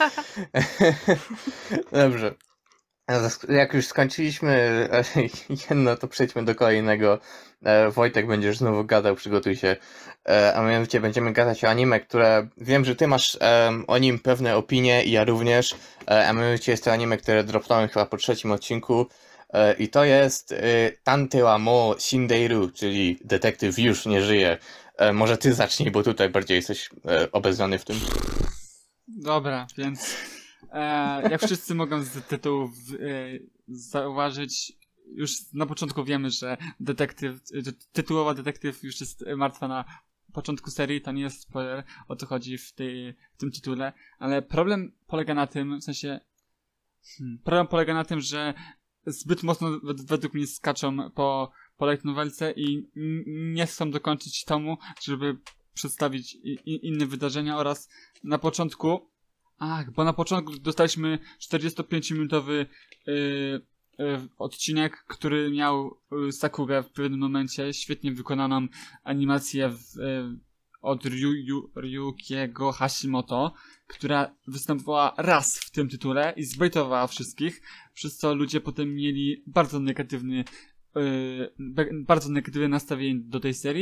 Dobrze. Jak już skończyliśmy e, jedno, to przejdźmy do kolejnego. E, Wojtek, będziesz znowu gadał, przygotuj się. E, A mianowicie będziemy gadać o anime, które wiem, że ty masz em, o nim pewne opinie i ja również. E, A mianowicie jest to anime, które dropnąłem chyba po trzecim odcinku. E, I to jest e, Tante wa mo shindeiru, czyli detektyw już nie żyje. E, Może ty zacznij, bo tutaj bardziej jesteś e, obeznany w tym. Dobra, więc e, jak wszyscy mogą z tytułu w- e, zauważyć, już na początku wiemy, że detektyw, że tytułowa detektyw już jest martwa na początku serii, to nie jest spoiler, o co chodzi w, tej, w tym tytule, ale problem polega na tym, w sensie hmm, problem polega na tym, że zbyt mocno wed- według mnie skaczą po, po light novelce i n- nie chcą dokończyć tomu, żeby przedstawić i, i inne wydarzenia oraz na początku, ach, bo na początku dostaliśmy czterdziestopięciominutowy yy, yy, odcinek, który miał yy, Sakugę w pewnym momencie, świetnie wykonaną animację w, yy, od Ryu, Ryu, Ryukiego Hashimoto, która występowała raz w tym tytule i zbejtowała wszystkich, przez co ludzie potem mieli bardzo negatywny yy, be- bardzo negatywne nastawienie do tej serii,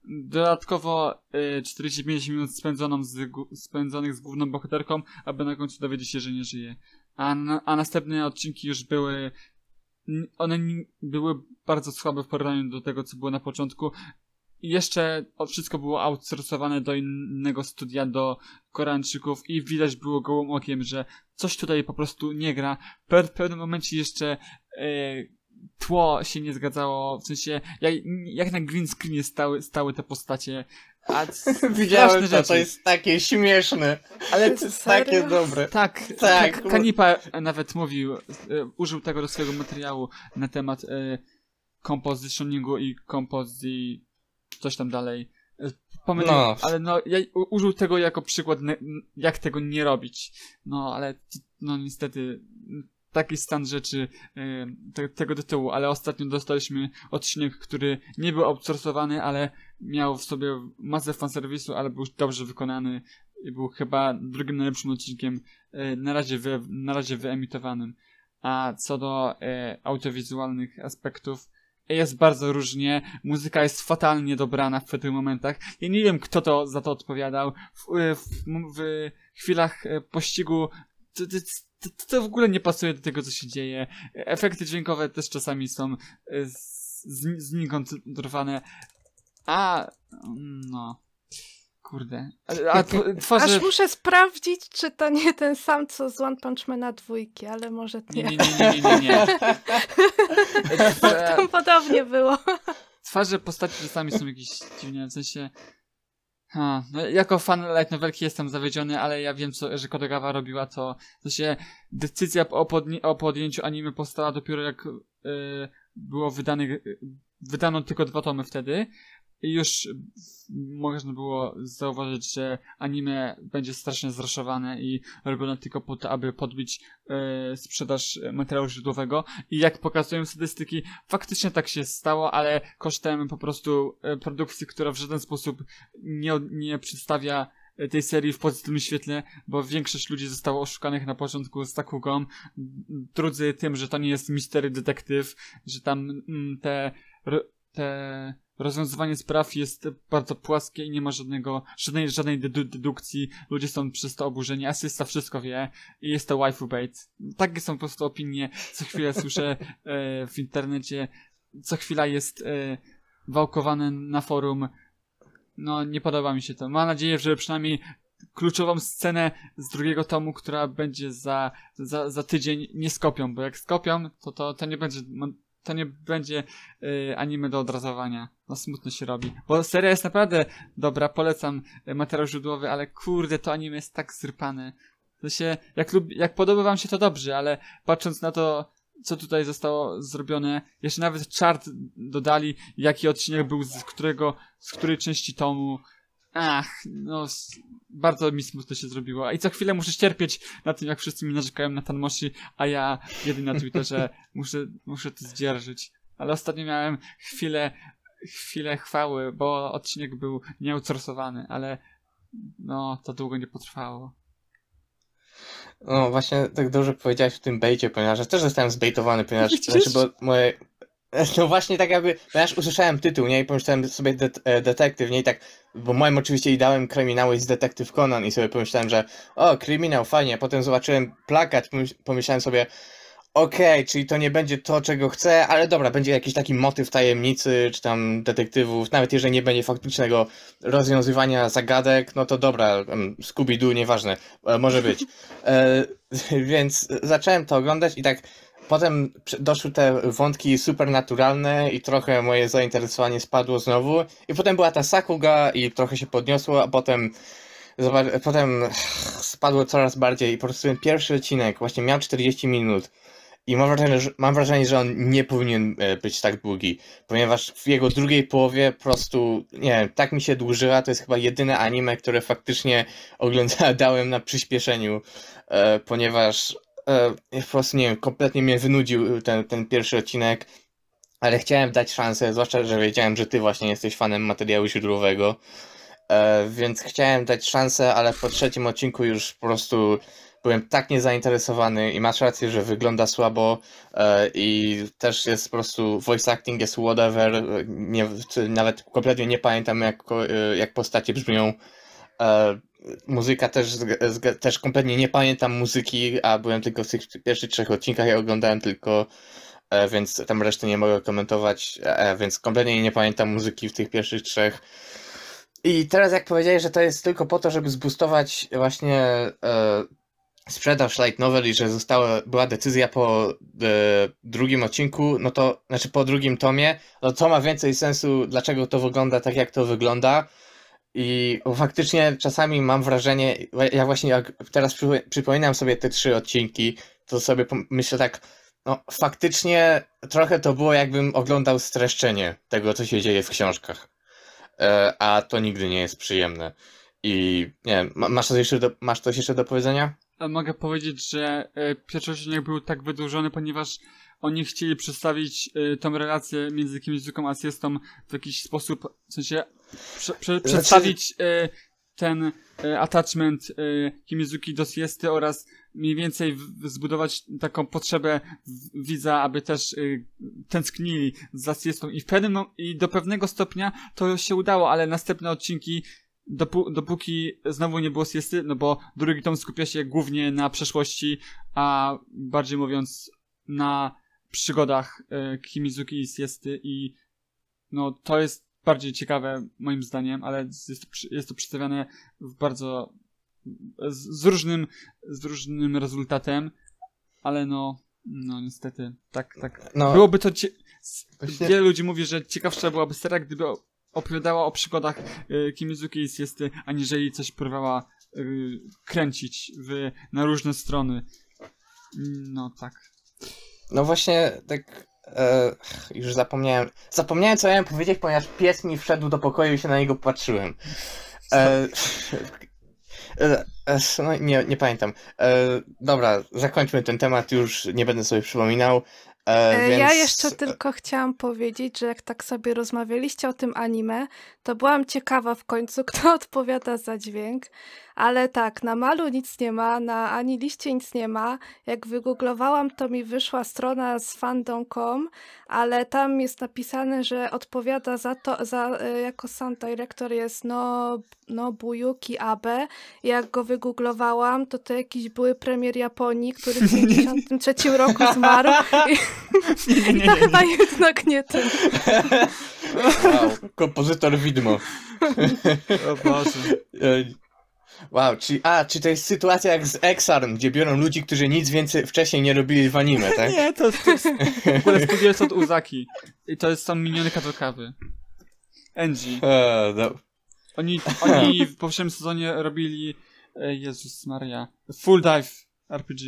Dodatkowo y, czterdzieści pięć minut spędzoną z, gu- spędzonych z główną bohaterką, aby na końcu dowiedzieć się, że nie żyje. A, na, a następne odcinki już były... n- One ni- były bardzo słabe w porównaniu do tego, co było na początku. I jeszcze o- wszystko było outsourcowane do innego studia, do Koreańczyków i widać było gołym okiem, że coś tutaj po prostu nie gra. Pe- w pewnym momencie jeszcze e, tło się nie zgadzało, w sensie jak, jak na green screenie stały, stały te postacie. A c- Widziałem straszne to, to rzeczy. jest takie śmieszne. Ale To jest takie Serio? dobre. tak, Tak. tak. Kanipa nawet mówił, e, użył tego do swojego materiału na temat e, compositioningu i composi... coś tam dalej. E, Pomyliłem, No. ale no, ja u- użył tego jako przykład, ne- n- jak tego nie robić. No, ale no niestety taki stan rzeczy e, te, tego tytułu, ale ostatnio dostaliśmy odcinek, który nie był outsourcowany, ale miał w sobie masę fanserwisu, ale był dobrze wykonany i był chyba drugim najlepszym odcinkiem e, na razie, wy, na razie wyemitowanym. A co do e, audiowizualnych aspektów, jest bardzo różnie, muzyka jest fatalnie dobrana w pewnych momentach. Ja nie wiem, kto to za to odpowiadał. W, w, w chwilach e, pościgu to, to, to, to w ogóle nie pasuje do tego, co się dzieje. Efekty dźwiękowe też czasami są e, z- z- znikąd dorwane. A, no... Kurde. A, a tw- tworzy... Aż muszę sprawdzić, czy to nie ten sam, co z One Punch Mana dwójki, ale może Nie, nie. nie, nie, nie, nie, nie. Tam podobnie było. Twarze postaci czasami są jakieś dziwne, w sensie... Ha, no, jako fan light novelki jestem zawiedziony, ale ja wiem, co, że Kodogawa robiła to. W sensie decyzja o, podni- o podjęciu anime powstała dopiero jak yy, było wydane, yy, wydano tylko dwa tomy wtedy. I już można było zauważyć, że anime będzie strasznie zraszowane i robione tylko po to, aby podbić e, sprzedaż materiału źródłowego. I jak pokazują statystyki, faktycznie tak się stało, ale kosztem po prostu e, produkcji, która w żaden sposób nie, nie przedstawia tej serii w pozytywnym świetle, bo większość ludzi zostało oszukanych na początku z Takugą, drudzy tym, że to nie jest Mystery Detective, że tam mm, te, te rozwiązywanie spraw jest bardzo płaskie i nie ma żadnego, żadnej, żadnej dedu- dedukcji. Ludzie są przez to oburzeni. Asysta wszystko wie i jest to waifu bait. Takie są po prostu opinie. Co chwilę słyszę e, w internecie. Co chwila jest e, wałkowane na forum. No, nie podoba mi się to. Mam nadzieję, że przynajmniej kluczową scenę z drugiego tomu, która będzie za, za, za tydzień, nie skopią, bo jak skopią, to, to, to nie będzie... to nie będzie y, anime do odrazowania. No smutno się robi. Bo seria jest naprawdę dobra, polecam y, materiał źródłowy, ale kurde, to anime jest tak zrypane. To się, jak, lub, jak podoba wam się to dobrze, ale patrząc na to, co tutaj zostało zrobione, jeszcze nawet chart dodali, jaki odcinek był z którego, z której części tomu. Ach, no, s- bardzo mi smutno się zrobiło. I co chwilę muszę cierpieć na tym, jak wszyscy mi narzekają na Tanmoshi, a ja jedynie na Twitterze muszę, muszę to zdzierżyć. Ale ostatnio miałem chwilę, chwilę chwały, bo odcinek był nieoutsourcowany, ale no, to długo nie potrwało. No właśnie tak dobrze powiedziałeś w tym bejcie, ponieważ ja też zostałem zbejtowany, ponieważ Widzisz? znaczy, bo moje... No właśnie tak jakby, ponieważ usłyszałem tytuł, nie, i pomyślałem sobie det- e, detektyw, nie, i tak, bo moim oczywiście ideałem kryminału jest Detektyw Conan i sobie pomyślałem, że o, kryminał, fajnie, potem zobaczyłem plakat, pomyś- pomyślałem sobie, okej, czyli to nie będzie to, czego chcę, ale dobra, będzie jakiś taki motyw tajemnicy, czy tam detektywów, nawet jeżeli nie będzie faktycznego rozwiązywania zagadek, no to dobra, em, Scooby-Doo, nieważne, e, może być. E, więc zacząłem to oglądać i tak potem przy- doszły te wątki supernaturalne i trochę moje zainteresowanie spadło znowu. I potem była ta Sakuga i trochę się podniosło, a potem, zoba- potem spadło coraz bardziej i po prostu ten pierwszy odcinek właśnie miał czterdzieści minut. I mam wrażenie, że, mam wrażenie, że on nie powinien e, być tak długi, ponieważ w jego drugiej połowie po prostu, nie wiem, tak mi się dłużyła, to jest chyba jedyne anime, które faktycznie oglądałem na przyspieszeniu, e, ponieważ e, po prostu, nie wiem, kompletnie mnie wynudził ten, ten pierwszy odcinek, ale chciałem dać szansę, zwłaszcza, że wiedziałem, że ty właśnie jesteś fanem materiału źródłowego, e, więc chciałem dać szansę, ale po trzecim odcinku już po prostu byłem tak niezainteresowany i masz rację, że wygląda słabo e, i też jest po prostu voice acting jest whatever, nie, czy nawet kompletnie nie pamiętam jak, ko- e, jak postacie brzmią. E, muzyka też, zg- zg- też kompletnie nie pamiętam muzyki, a byłem tylko w tych pierwszych trzech odcinkach, ja oglądałem tylko, e, więc tam reszty nie mogę komentować, e, więc kompletnie nie pamiętam muzyki w tych pierwszych trzech. I teraz jak powiedziałeś, że to jest tylko po to, żeby zboostować właśnie e, sprzedaż light novel i że została, była decyzja po e, drugim odcinku, no to, znaczy po drugim tomie, no to ma więcej sensu, dlaczego to wygląda tak, jak to wygląda. I faktycznie czasami mam wrażenie, ja właśnie jak teraz przypo- przypominam sobie te trzy odcinki, to sobie pom- myślę tak, no faktycznie trochę to było jakbym oglądał streszczenie tego, co się dzieje w książkach. E, a to nigdy nie jest przyjemne. I nie wiem, ma- masz coś jeszcze do, masz coś jeszcze do powiedzenia? A mogę powiedzieć, że e, pierwszy odcinek był tak wydłużony, ponieważ oni chcieli przedstawić e, tą relację między Kimizuką a Siestą w jakiś sposób, w sensie prze, prze, Znaczy- przedstawić e, ten e, attachment e, Kimizuki do Siesty oraz mniej więcej w, zbudować taką potrzebę w- widza, aby też e, tęsknili za Siestą i w pewnym mo- i do pewnego stopnia to się udało, ale następne odcinki Dopó- dopóki znowu nie było Siesty, no bo drugi tom skupia się głównie na przeszłości, a bardziej mówiąc na przygodach e, Kimizuki i Siesty i no to jest bardziej ciekawe moim zdaniem, ale jest to, przy- jest to przedstawiane w bardzo z, z różnym z różnym rezultatem, ale no no niestety tak tak No, byłoby to cie- Właśnie- wiele ludzi mówi, że ciekawsza byłaby seria, gdyby opowiadała o przygodach y, Kimizuki i Siesty, aniżeli coś próbowała y, kręcić w, na różne strony. No tak. no właśnie tak e, już zapomniałem, zapomniałem co miałem powiedzieć, ponieważ pies mi wszedł do pokoju i się na niego patrzyłem. E, e, e, no nie, nie pamiętam. E, dobra, zakończmy ten temat, już nie będę sobie przypominał. E, E, więc... Ja jeszcze tylko chciałam powiedzieć, że jak tak sobie rozmawialiście o tym anime, to byłam ciekawa w końcu, kto odpowiada za dźwięk. Ale tak, na Malu nic nie ma, na Aniliście nic nie ma. Jak wygooglowałam, to mi wyszła strona z fandom kropka com, ale tam jest napisane, że odpowiada za to, za, e, jako sound director jest no, Nobuyuki Abe. Jak go wygooglowałam, to to jakiś były premier Japonii, który w dziewięćdziesiątym trzecim roku zmarł. I, Nie, nie, i nie, to nie, chyba jednak nie ten. Wow, kompozytor widmo. O Boże. E, Wow, czy, a, czy to jest sytuacja jak z X-Arm, gdzie biorą ludzi, którzy nic więcej wcześniej nie robili w anime, tak? Nie, to, to jest w ogóle studio jest od Uzaki. I to jest, są miniony Kadokawy. Enji. E, no. Oni, oni w poprzednim sezonie robili e, Jezus Maria. Full Dive R P G.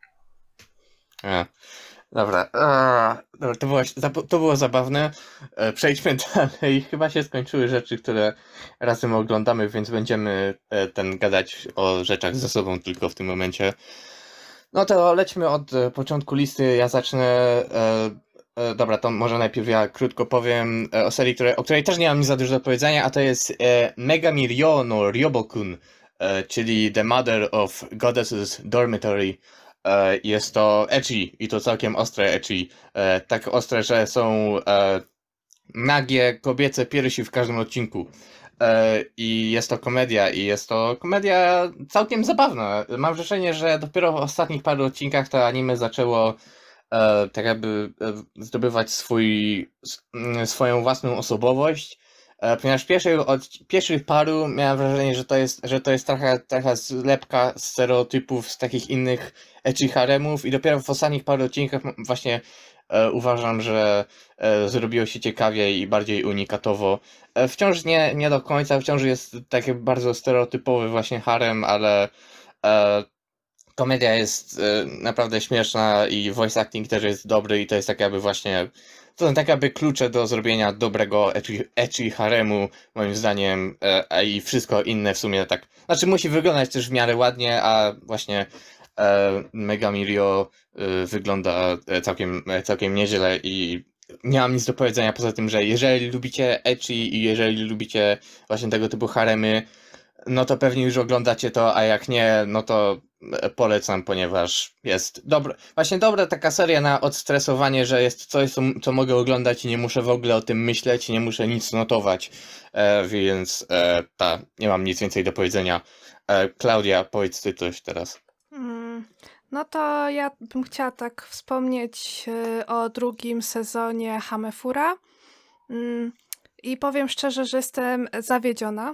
E, dobra, e, dobra to, było, zap- to było zabawne. E, przejdźmy dalej. Chyba się skończyły rzeczy, które razem oglądamy, więc będziemy e, ten gadać o rzeczach ze sobą tylko w tym momencie. No to lećmy od e, początku listy. Ja zacznę. E, e, dobra, to może najpierw ja krótko powiem e, o serii, które, o której też nie mam nic za dużo do powiedzenia, a to jest e, Megami Ryo no Ryobokun, e, czyli The Mother of Goddess's Dormitory. E, Jest to ecchi i to całkiem ostre ecchi. E, Tak ostre, że są e, nagie kobiece piersi w każdym odcinku. E, I jest to komedia, i jest to komedia całkiem zabawna. Mam wrażenie, że dopiero w ostatnich paru odcinkach to anime zaczęło e, tak jakby e, zdobywać swój, s- m, swoją własną osobowość. E, ponieważ w pierwszych, od pierwszych paru miałem wrażenie, że to jest, że to jest trochę, trochę zlepka stereotypów z takich innych ecchi haremów i dopiero w ostatnich paru odcinkach m- właśnie e, uważam, że e, zrobiło się ciekawiej i bardziej unikatowo. E, wciąż nie, nie do końca, wciąż jest taki bardzo stereotypowy właśnie harem, ale e, komedia jest e, naprawdę śmieszna i voice acting też jest dobry i to jest tak jakby właśnie, to są tak jakby klucze do zrobienia dobrego ecchi, ecchi haremu, moim zdaniem, e, a i wszystko inne w sumie tak, znaczy musi wyglądać też w miarę ładnie, a właśnie e, Megami Ryo e, wygląda e, całkiem, e, całkiem nieźle i nie mam nic do powiedzenia poza tym, że jeżeli lubicie ecchi i jeżeli lubicie właśnie tego typu haremy, no to pewnie już oglądacie to, a jak nie, no to e, polecam, ponieważ jest dobra, właśnie dobra taka seria na odstresowanie, że jest coś, co, co mogę oglądać i nie muszę w ogóle o tym myśleć, nie muszę nic notować, e, więc e, ta, nie mam nic więcej do powiedzenia. E, Klaudia, powiedz ty coś teraz. Mm, No to ja bym chciała tak wspomnieć y, o drugim sezonie Hamefura. Mm, I powiem szczerze, że jestem zawiedziona,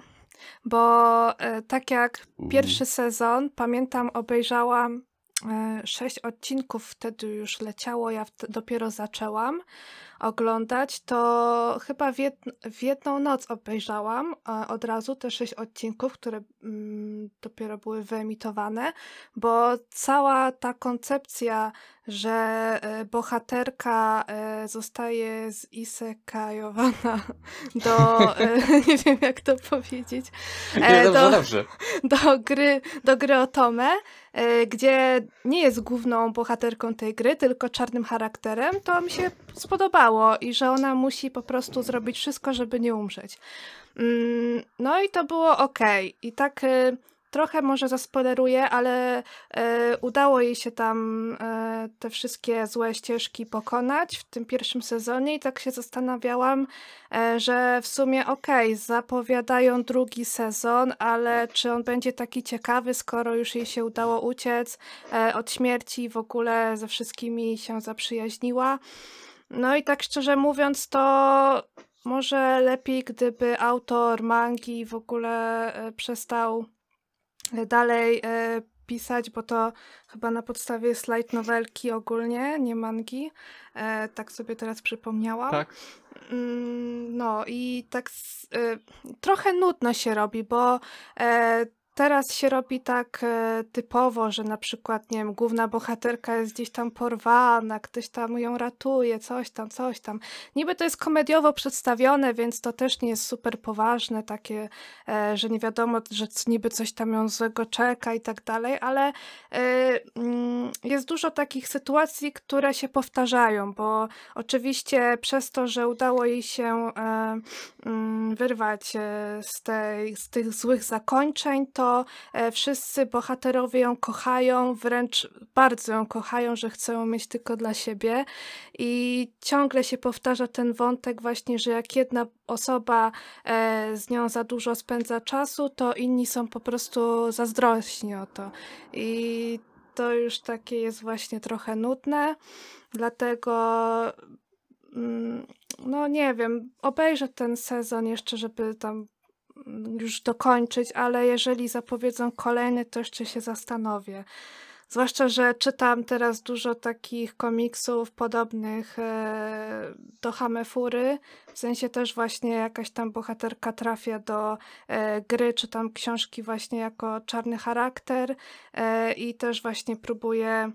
bo e, tak jak pierwszy sezon, pamiętam, obejrzałam e, sześć odcinków, wtedy już leciało, ja wt- dopiero zaczęłam oglądać, to chyba w, jed- w jedną noc obejrzałam e, od razu te sześć odcinków, które mm, dopiero były wyemitowane, bo cała ta koncepcja, że e, bohaterka e, zostaje zisekajowana do, e, nie wiem jak to powiedzieć, Nie, e, dobrze, do, dobrze. do gry, do gry o Tomę, e, gdzie nie jest główną bohaterką tej gry, tylko czarnym charakterem, to mi się spodobało i że ona musi po prostu zrobić wszystko, żeby nie umrzeć. Mm, No i to było okej. I tak y, trochę może zaspoileruję, ale y, udało jej się tam y, te wszystkie złe ścieżki pokonać w tym pierwszym sezonie i tak się zastanawiałam, y, że w sumie okej, zapowiadają drugi sezon, ale czy on będzie taki ciekawy, skoro już jej się udało uciec y, od śmierci i w ogóle ze wszystkimi się zaprzyjaźniła. No i tak szczerze mówiąc, to może lepiej, gdyby autor mangi w ogóle e, przestał e, dalej e, pisać, bo to chyba na podstawie jest light novelki ogólnie, nie mangi. E, tak sobie teraz przypomniałam. Tak. Mm, No i tak s- e, trochę nudno się robi, bo e, teraz się robi tak e, typowo, że na przykład, nie wiem, główna bohaterka jest gdzieś tam porwana, ktoś tam ją ratuje, coś tam, coś tam. Niby to jest komediowo przedstawione, więc to też nie jest super poważne, takie, e, że nie wiadomo, że c- niby coś tam ją złego czeka i tak dalej, ale e, mm, jest dużo takich sytuacji, które się powtarzają, bo oczywiście przez to, że udało jej się e, mm, wyrwać e, z, tej, z tych złych zakończeń, to e, wszyscy bohaterowie ją kochają, wręcz bardzo ją kochają, że chcą ją mieć tylko dla siebie. I ciągle się powtarza ten wątek właśnie, że jak jedna osoba e, z nią za dużo spędza czasu, to inni są po prostu zazdrośni o to. I to już takie jest właśnie trochę nudne, dlatego mm, no nie wiem, obejrzę ten sezon jeszcze, żeby tam mm, już dokończyć, ale jeżeli zapowiedzą kolejny, to jeszcze się zastanowię. Zwłaszcza, że czytam teraz dużo takich komiksów podobnych e, do Hamefury. W sensie też właśnie jakaś tam bohaterka trafia do e, gry, czy tam książki właśnie jako czarny charakter e, i też właśnie próbuje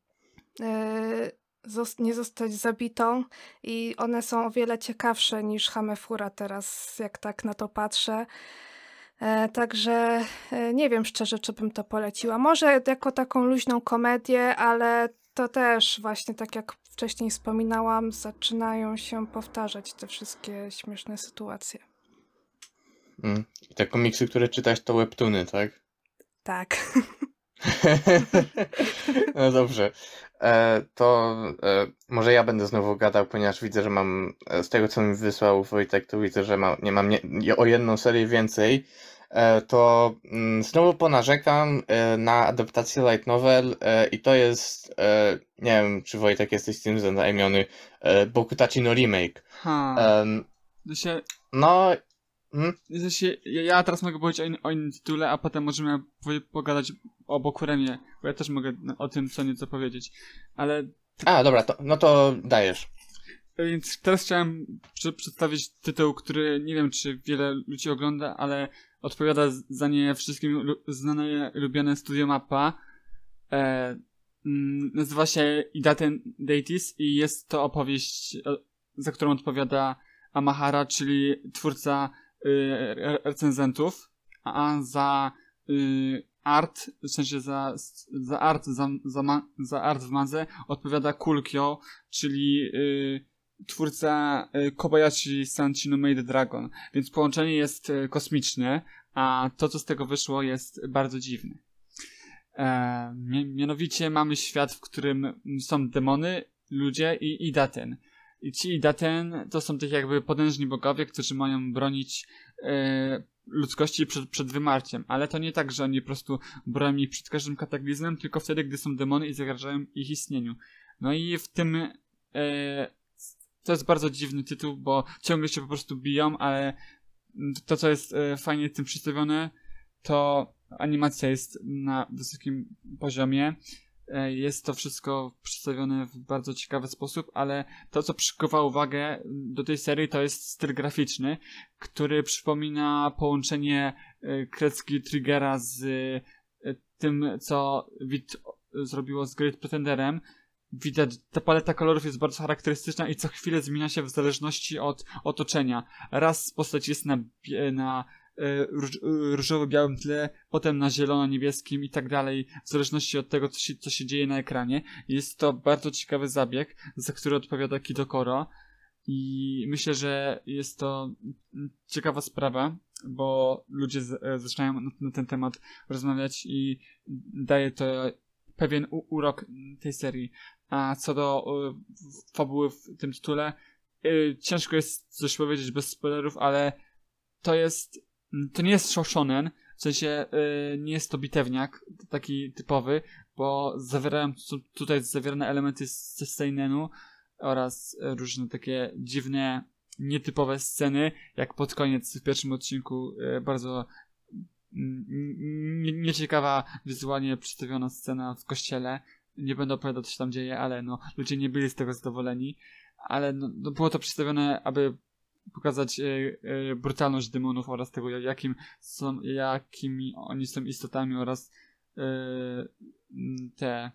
e, zos- nie zostać zabitą i one są o wiele ciekawsze niż Hamefura teraz, jak tak na to patrzę. E, także e, nie wiem szczerze, czy bym to poleciła. Może jako taką luźną komedię, ale to też właśnie tak jak wcześniej wspominałam, zaczynają się powtarzać te wszystkie śmieszne sytuacje. Mm. I te komiksy, które czytasz, to webtoony, tak? Tak. No dobrze. E, to e, może ja będę znowu gadał, ponieważ widzę, że mam, e, z tego co mi wysłał Wojtek, to widzę, że mam, nie mam nie, nie, o jedną serię więcej. E, to mm, znowu ponarzekam e, na adaptację light novel e, i to jest, e, nie wiem, czy Wojtek jesteś z tym zaznajomiony, e, Bokutachi no Remake. Ha. Em, To się, no, mm, to się, ja ja teraz mogę powiedzieć o, in, o innym tytule, a potem możemy po- pogadać o Bokuremie, bo ja też mogę o tym co nieco powiedzieć. Ale a dobra, to, no to dajesz. Więc teraz chciałem przy- przedstawić tytuł, który nie wiem, czy wiele ludzi ogląda, ale odpowiada z- za nie wszystkim lu- znane, lubiane Studio Mappa. E, mm, nazywa się Idaten Deities i jest to opowieść, e, za którą odpowiada Amahara, czyli twórca y, re- recenzentów, a za y, art, w sensie za, za art, za, za, ma, za art w manze odpowiada Kulkyo, czyli y, twórca y, Kobayashi Sanchino Made Dragon, więc połączenie jest y, kosmiczne, a to co z tego wyszło jest bardzo dziwne. E, mi- mianowicie mamy świat, w którym są demony, ludzie i Idaten. I ci Idaten to są tak jakby potężni bogowie, którzy mają bronić e, ludzkości przed, przed wymarciem. Ale to nie tak, że oni po prostu broni przed każdym kataklizmem, tylko wtedy, gdy są demony i zagrażają ich istnieniu. No i w tym e, to jest bardzo dziwny tytuł, bo ciągle się po prostu biją, ale to, co jest e, fajnie tym przedstawione, to animacja jest na wysokim poziomie. E, Jest to wszystko przedstawione w bardzo ciekawy sposób, ale to, co przykuwa uwagę do tej serii, to jest styl graficzny, który przypomina połączenie e, kredski Triggera z e, tym, co Wit zrobiło z Great Pretenderem. Widać, ta paleta kolorów jest bardzo charakterystyczna i co chwilę zmienia się w zależności od otoczenia. Raz postać jest na, bie- na e, róż, e, różowo-białym tle, potem na zielono-niebieskim i tak dalej, w zależności od tego, co się, co się dzieje na ekranie. Jest to bardzo ciekawy zabieg, za który odpowiada Kidokoro i myślę, że jest to mm, ciekawa sprawa, bo ludzie z, e, zaczynają na, na ten temat rozmawiać i daje to pewien u, urok tej serii. A co do y, fabuły w tym tytule, y, ciężko jest coś powiedzieć bez spoilerów, ale to jest, to nie jest shonen, w sensie y, nie jest to bitewniak taki typowy, bo zawierają, są tutaj zawierane elementy z ze seinenu oraz y, różne takie dziwne, nietypowe sceny, jak pod koniec w pierwszym odcinku y, bardzo mm, nie- nieciekawa wizualnie przedstawiona scena w kościele. Nie będę opowiadał, co się tam dzieje, ale no, ludzie nie byli z tego zadowoleni. Ale no, no, było to przedstawione, aby pokazać e, e, brutalność demonów oraz tego, jak- jakim są, jakimi oni są istotami oraz e, m, te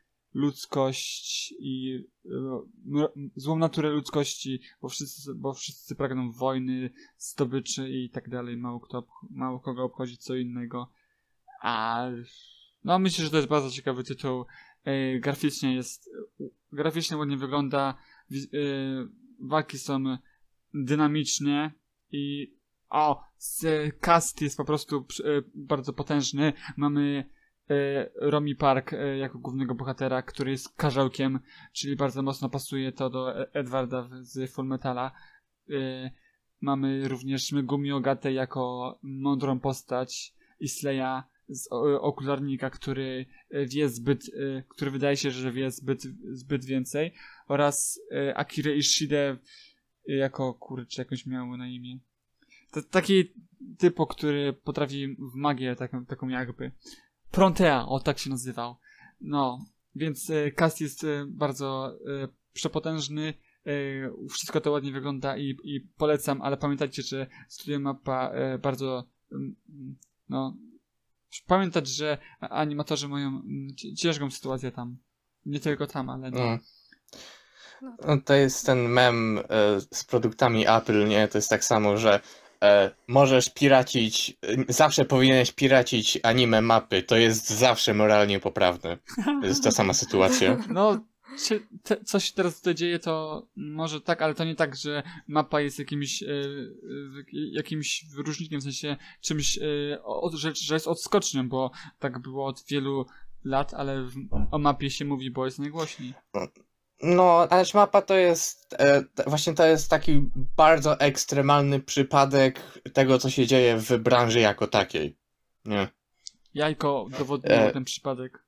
ludzkość i e, m- złą naturę ludzkości, bo wszyscy, bo wszyscy pragną wojny, zdobyczy i tak dalej. Mało kto, obch- mało kogo obchodzi co innego. A no myślę, że to jest bardzo ciekawy tytuł. E, graficznie jest graficznie ładnie wygląda, wi- e, walki są dynamiczne i o, z, cast jest po prostu przy- e, bardzo potężny. Mamy e, Romi Park e, jako głównego bohatera, który jest karzełkiem, czyli bardzo mocno pasuje to do E- Edwarda w- z Fullmetala. E, mamy również Megumi Ogate jako mądrą postać i Sleya z o- okularnika, który e, wie zbyt, e, który wydaje się, że wie zbyt, zbyt więcej, oraz e, Akira Ishide e, jako, kurczę, jakoś miał na imię. To, taki typo, który potrafi w magię taką, taką jakby. Frontea, o tak się nazywał. No, więc e, cast jest e, bardzo e, przepotężny, e, wszystko to ładnie wygląda i, i polecam, ale pamiętajcie, że Studio Mappa e, bardzo mm, no pamiętać, że animatorzy mają mm, ci- ciężką sytuację tam. Nie tylko tam, ale no. Mm. No No, to jest ten mem e, z produktami Apple, nie? To jest tak samo, że e, możesz piracić, e, zawsze powinieneś piracić anime mapy, to jest zawsze moralnie poprawne. To jest ta sama sytuacja. No, się, te, co się teraz tutaj dzieje, to może tak, ale to nie tak, że mapa jest jakimś, e, e, jakimś wyróżnikiem, w sensie czymś, e, od, że, że jest odskocznią, bo tak było od wielu lat, ale w, o mapie się mówi, bo jest najgłośniej. No, ale mapa to jest, e, t- właśnie to jest taki bardzo ekstremalny przypadek tego, co się dzieje w branży jako takiej. Nie. Jajko dowodniło E. ten przypadek.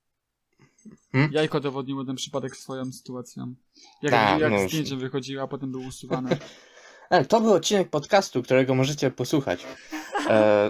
Hmm? Jajko dowodniło ten przypadek swoją sytuacją. Jak, Tak, jak no. zdjęcie wychodziło, a potem był usuwane. E, to był odcinek podcastu, którego możecie posłuchać. E,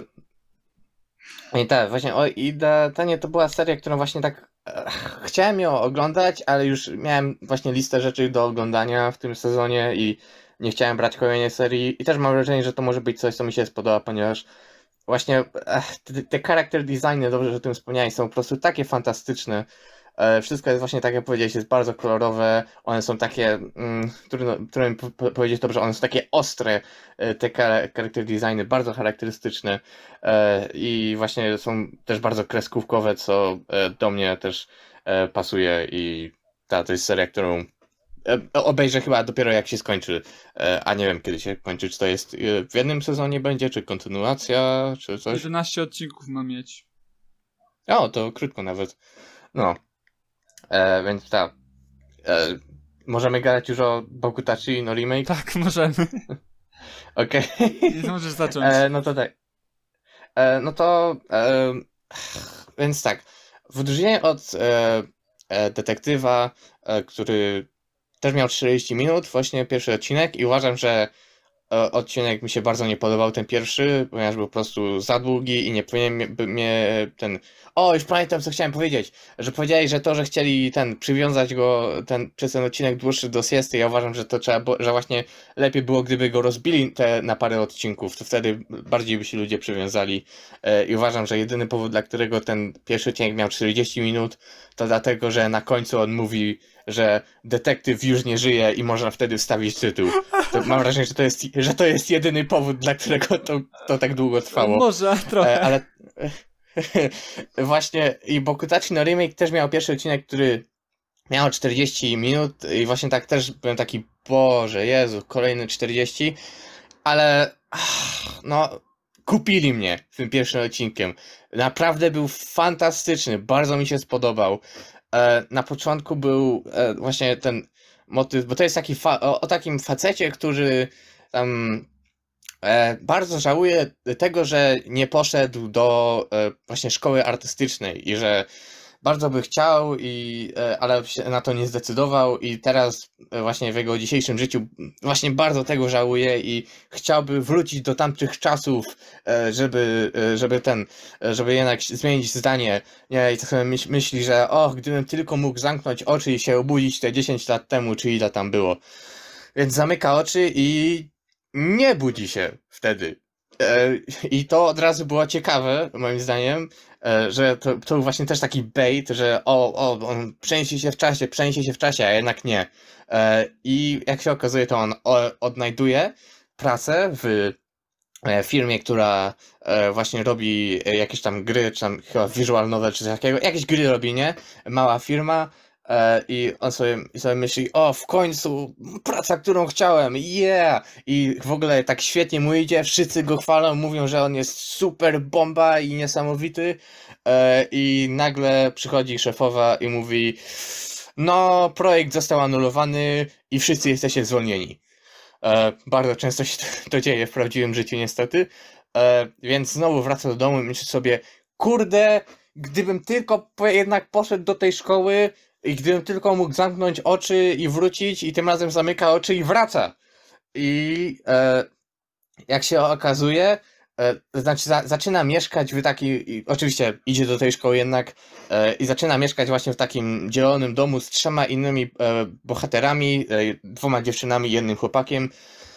I tak, właśnie o Ida, to nie, to była seria, którą właśnie tak e, chciałem ją oglądać, ale już miałem właśnie listę rzeczy do oglądania w tym sezonie i nie chciałem brać kolejnej serii i też mam wrażenie, że to może być coś, co mi się spodoba, ponieważ właśnie ech, te, te character designy, dobrze, że o tym wspomniałeś, są po prostu takie fantastyczne. E, Wszystko jest właśnie tak, jak powiedziałeś, jest bardzo kolorowe, one są takie, mm, trudno, trudno mi po- po- powiedzieć dobrze, one są takie ostre, e, te chara- character designy, bardzo charakterystyczne e, i właśnie są też bardzo kreskówkowe, co e, do mnie też e, pasuje i ta, to jest seria, którą e, obejrzę chyba dopiero jak się skończy, e, a nie wiem kiedy się kończy, czy to jest e, w jednym sezonie będzie, czy kontynuacja, czy coś. jedenaście odcinków ma mieć. O, to krótko nawet. No, e, więc tak. E, możemy gadać już o Bokutachi no remake? Tak, możemy. Okej. I możesz zacząć. E, no to tak. E, no to. E, więc tak. W odróżnieniu od e, e, detektywa, e, który też miał czterdzieści minut, właśnie pierwszy odcinek, i uważam, że e, odcinek mi się bardzo nie podobał, ten pierwszy, ponieważ był po prostu za długi i nie powinien mnie, by- mnie ten. O, już pamiętam, co chciałem powiedzieć, że powiedzieli, że to, że chcieli ten przywiązać go ten przez ten odcinek dłuższy do siesty, ja uważam, że to trzeba było, że właśnie lepiej było, gdyby go rozbili te na parę odcinków, to wtedy bardziej by się ludzie przywiązali. E, I uważam, że jedyny powód, dla którego ten pierwszy odcinek miał czterdzieści minut, to dlatego, że na końcu on mówi, że detektyw już nie żyje i można wtedy wstawić tytuł. To mam wrażenie, że to jest, że to jest jedyny powód, dla którego to, to tak długo trwało. Może trochę. E, ale właśnie i Bokutachi no remake też miał pierwszy odcinek, który miał czterdzieści minut i właśnie tak też byłem taki, Boże, Jezu, kolejny czterdzieści, ale ach, no kupili mnie tym pierwszym odcinkiem. Naprawdę był fantastyczny, bardzo mi się spodobał. E, na początku był e, właśnie ten motyw, bo to jest taki fa- o, o takim facecie, który tam e, bardzo żałuje tego, że nie poszedł do e, właśnie szkoły artystycznej i że bardzo by chciał, i, e, ale się na to nie zdecydował, i teraz e, właśnie w jego dzisiejszym życiu właśnie bardzo tego żałuje i chciałby wrócić do tamtych czasów, e, żeby, e, żeby ten, e, żeby jednak zmienić zdanie. Nie, i tak sobie myśl, myśli, że o, gdybym tylko mógł zamknąć oczy i się obudzić te dziesięć lat temu, czy ile tam było. Więc zamyka oczy i nie budzi się wtedy. E, I to od razu było ciekawe, moim zdaniem, e, że to, to był właśnie też taki bait, że o, o, on przeniesie się w czasie, przeniesie się w czasie, a jednak nie. E, I jak się okazuje, to on o, odnajduje pracę w e, firmie, która e, właśnie robi e, jakieś tam gry, czy tam chyba visual novel, czy coś takiego. Jakieś gry robi, nie? Mała firma. E, I on sobie, i sobie myśli, o, w końcu praca, którą chciałem, yeah! I w ogóle tak świetnie mu idzie, wszyscy go chwalą, mówią, że on jest super bomba i niesamowity. E, I nagle przychodzi szefowa i mówi, no, projekt został anulowany i wszyscy jesteście zwolnieni. E, bardzo często się to, to dzieje w prawdziwym życiu, niestety. E, więc znowu wraca do domu i myśli sobie, kurde, gdybym tylko po, jednak poszedł do tej szkoły i gdybym tylko mógł zamknąć oczy i wrócić, i tym razem zamyka oczy i wraca. I e, jak się okazuje, e, to znaczy za, zaczyna mieszkać w takiej, i oczywiście idzie do tej szkoły jednak, e, i zaczyna mieszkać właśnie w takim dzielonym domu z trzema innymi e, bohaterami, e, dwoma dziewczynami i jednym chłopakiem.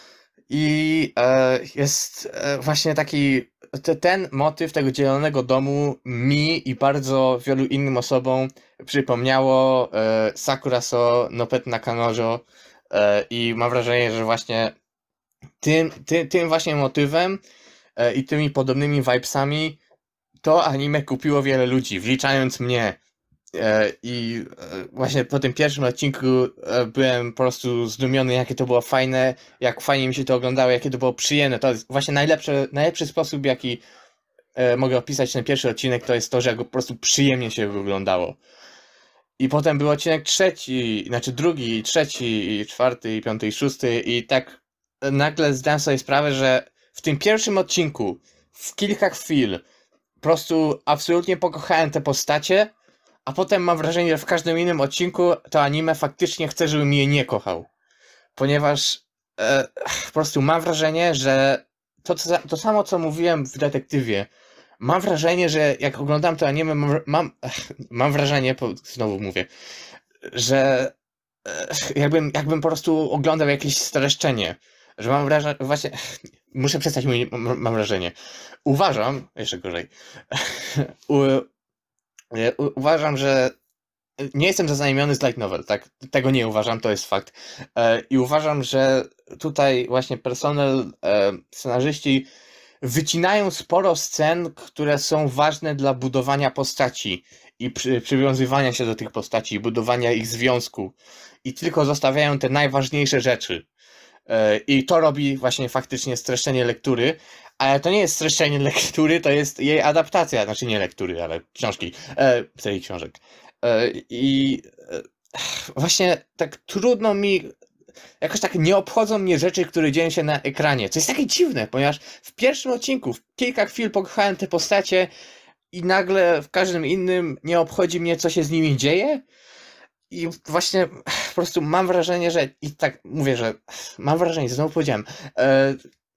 I e, jest e, właśnie taki, te, ten motyw tego dzielonego domu mi i bardzo wielu innym osobom przypomniało e, Sakura so no Pet Nakanojo, e, i mam wrażenie, że właśnie tym, ty, tym właśnie motywem e, i tymi podobnymi vibesami to anime kupiło wiele ludzi, wliczając mnie. E, I e, właśnie po tym pierwszym odcinku e, byłem po prostu zdumiony, jakie to było fajne, jak fajnie mi się to oglądało, jakie to było przyjemne. To jest właśnie najlepszy, najlepszy sposób, jaki e, mogę opisać ten pierwszy odcinek, to jest to, że go po prostu przyjemnie się go oglądało. I potem był odcinek trzeci, znaczy drugi, trzeci, i czwarty, i piąty, i szósty, i tak nagle zdałem sobie sprawę, że w tym pierwszym odcinku, w kilka chwil, po prostu absolutnie pokochałem te postacie, a potem mam wrażenie, że w każdym innym odcinku to anime faktycznie chce, żebym je nie kochał. Ponieważ e, po prostu mam wrażenie, że to, to, to samo, co mówiłem w Detektywie, mam wrażenie, że jak oglądam to anime, mam, mam, mam wrażenie, po, znowu mówię, że e, jakbym, jakbym po prostu oglądał jakieś streszczenie. Że mam wrażenie, właśnie, muszę przestać mówić, mam, mam wrażenie. Uważam, jeszcze gorzej, u, u, uważam, że nie jestem zaznajomiony z light novel, tak? Tego nie uważam, to jest fakt. E, I uważam, że tutaj właśnie personel, e, scenarzyści wycinają sporo scen, które są ważne dla budowania postaci i przy, przywiązywania się do tych postaci, budowania ich związku. I tylko zostawiają te najważniejsze rzeczy. E, I to robi właśnie faktycznie streszczenie lektury, ale to nie jest streszczenie lektury, to jest jej adaptacja, znaczy nie lektury, ale książki, e, serii książek. E, I e, właśnie tak trudno mi, jakoś tak nie obchodzą mnie rzeczy, które dzieją się na ekranie, co jest takie dziwne, ponieważ w pierwszym odcinku w kilka chwil pokochałem te postacie i nagle w każdym innym nie obchodzi mnie, co się z nimi dzieje. I właśnie po prostu mam wrażenie, że i tak mówię, że mam wrażenie, znowu powiedziałem, e,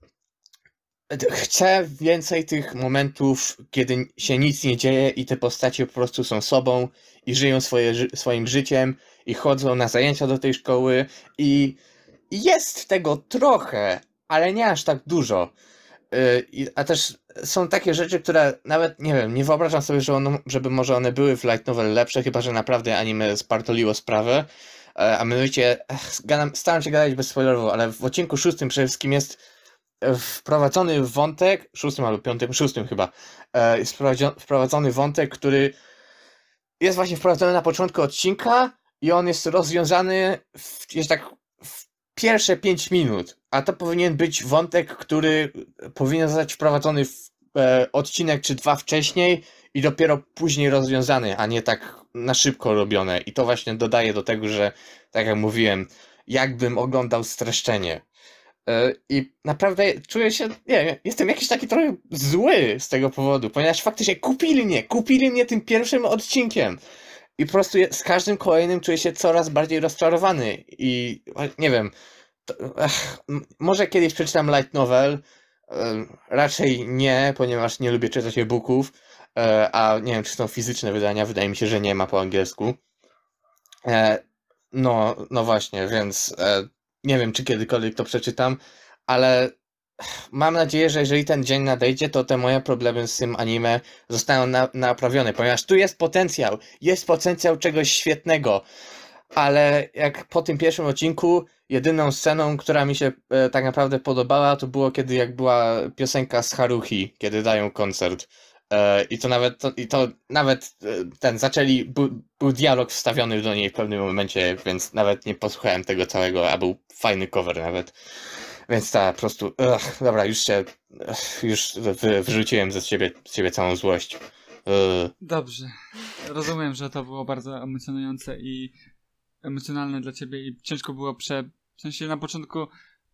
chcę więcej tych momentów, kiedy się nic nie dzieje i te postacie po prostu są sobą i żyją swoje, ży- swoim życiem i chodzą na zajęcia do tej szkoły i i jest tego trochę, ale nie aż tak dużo. Y, i- A też są takie rzeczy, które nawet, nie wiem, nie wyobrażam sobie, że ono, żeby może one były w light novel lepsze, chyba że naprawdę anime spartoliło sprawę. E, A mianowicie, ech, gadam, staram się gadać bezspoilerowo, ale w odcinku szóstym przede wszystkim jest e, wprowadzony wątek, szóstym albo piątym, szóstym chyba, e, jest wprowadzio- wprowadzony wątek, który jest właśnie wprowadzony na początku odcinka i on jest rozwiązany w, jest tak w pierwsze pięć minut, a to powinien być wątek, który powinien zostać wprowadzony w e, odcinek czy dwa wcześniej i dopiero później rozwiązany, a nie tak na szybko robione. I to właśnie dodaje do tego, że tak jak mówiłem, jakbym oglądał streszczenie. E, I naprawdę czuję się, nie wiem, jestem jakiś taki trochę zły z tego powodu, ponieważ faktycznie kupili mnie, kupili mnie tym pierwszym odcinkiem. I po prostu je- z każdym kolejnym czuję się coraz bardziej rozczarowany. I e, nie wiem, to, ech, m- może kiedyś przeczytam light novel, e, raczej nie, ponieważ nie lubię czytać e-booków, e, a nie wiem, czy są fizyczne wydania, wydaje mi się, że nie ma po angielsku. E, no, no właśnie, więc e, nie wiem, czy kiedykolwiek to przeczytam, ale mam nadzieję, że jeżeli ten dzień nadejdzie, to te moje problemy z tym anime zostaną na, naprawione, ponieważ tu jest potencjał, jest potencjał czegoś świetnego, ale jak po tym pierwszym odcinku, jedyną sceną, która mi się e, tak naprawdę podobała, to było kiedy jak była piosenka z Haruhi, kiedy dają koncert. E, I to nawet, to, i to nawet e, ten, zaczęli, bu, był dialog wstawiony do niej w pewnym momencie, więc nawet nie posłuchałem tego całego, a był fajny cover nawet. Więc tak, po prostu, ugh, dobra, już się, ugh, już wy, wyrzuciłem ze siebie, z siebie całą złość. Ugh. Dobrze. Rozumiem, że to było bardzo emocjonujące i emocjonalne dla ciebie i ciężko było prze... W sensie na początku,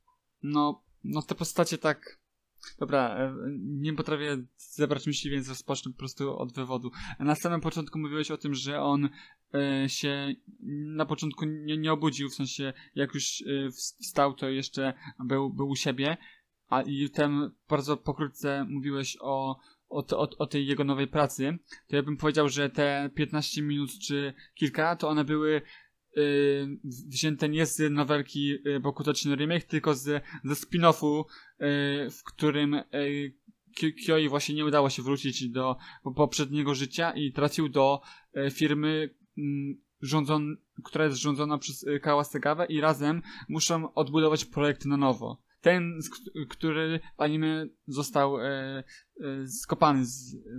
no, no te postacie tak... Dobra, e, nie potrafię zebrać myśli, więc rozpocznę po prostu od wywodu. Na samym początku mówiłeś o tym, że on e, się na początku nie, nie obudził, w sensie jak już e, wstał, to jeszcze był, był u siebie, a item bardzo pokrótce mówiłeś o, o, to- o, o tej jego nowej pracy, to ja bym powiedział, że te piętnaście minut czy kilka, to one były y, wzięte nie z nowelki y, Boku to Chin Remake, tylko z, ze spin-offu, y, w którym y, Ki- Kyoi właśnie nie udało się wrócić do po- poprzedniego życia i trafił do y, firmy, mm, rządzon, która jest rządzona przez y, Kawasegawę i razem muszą odbudować projekt na nowo. Ten, z, k- który w anime został e, e, skopany. Z, e,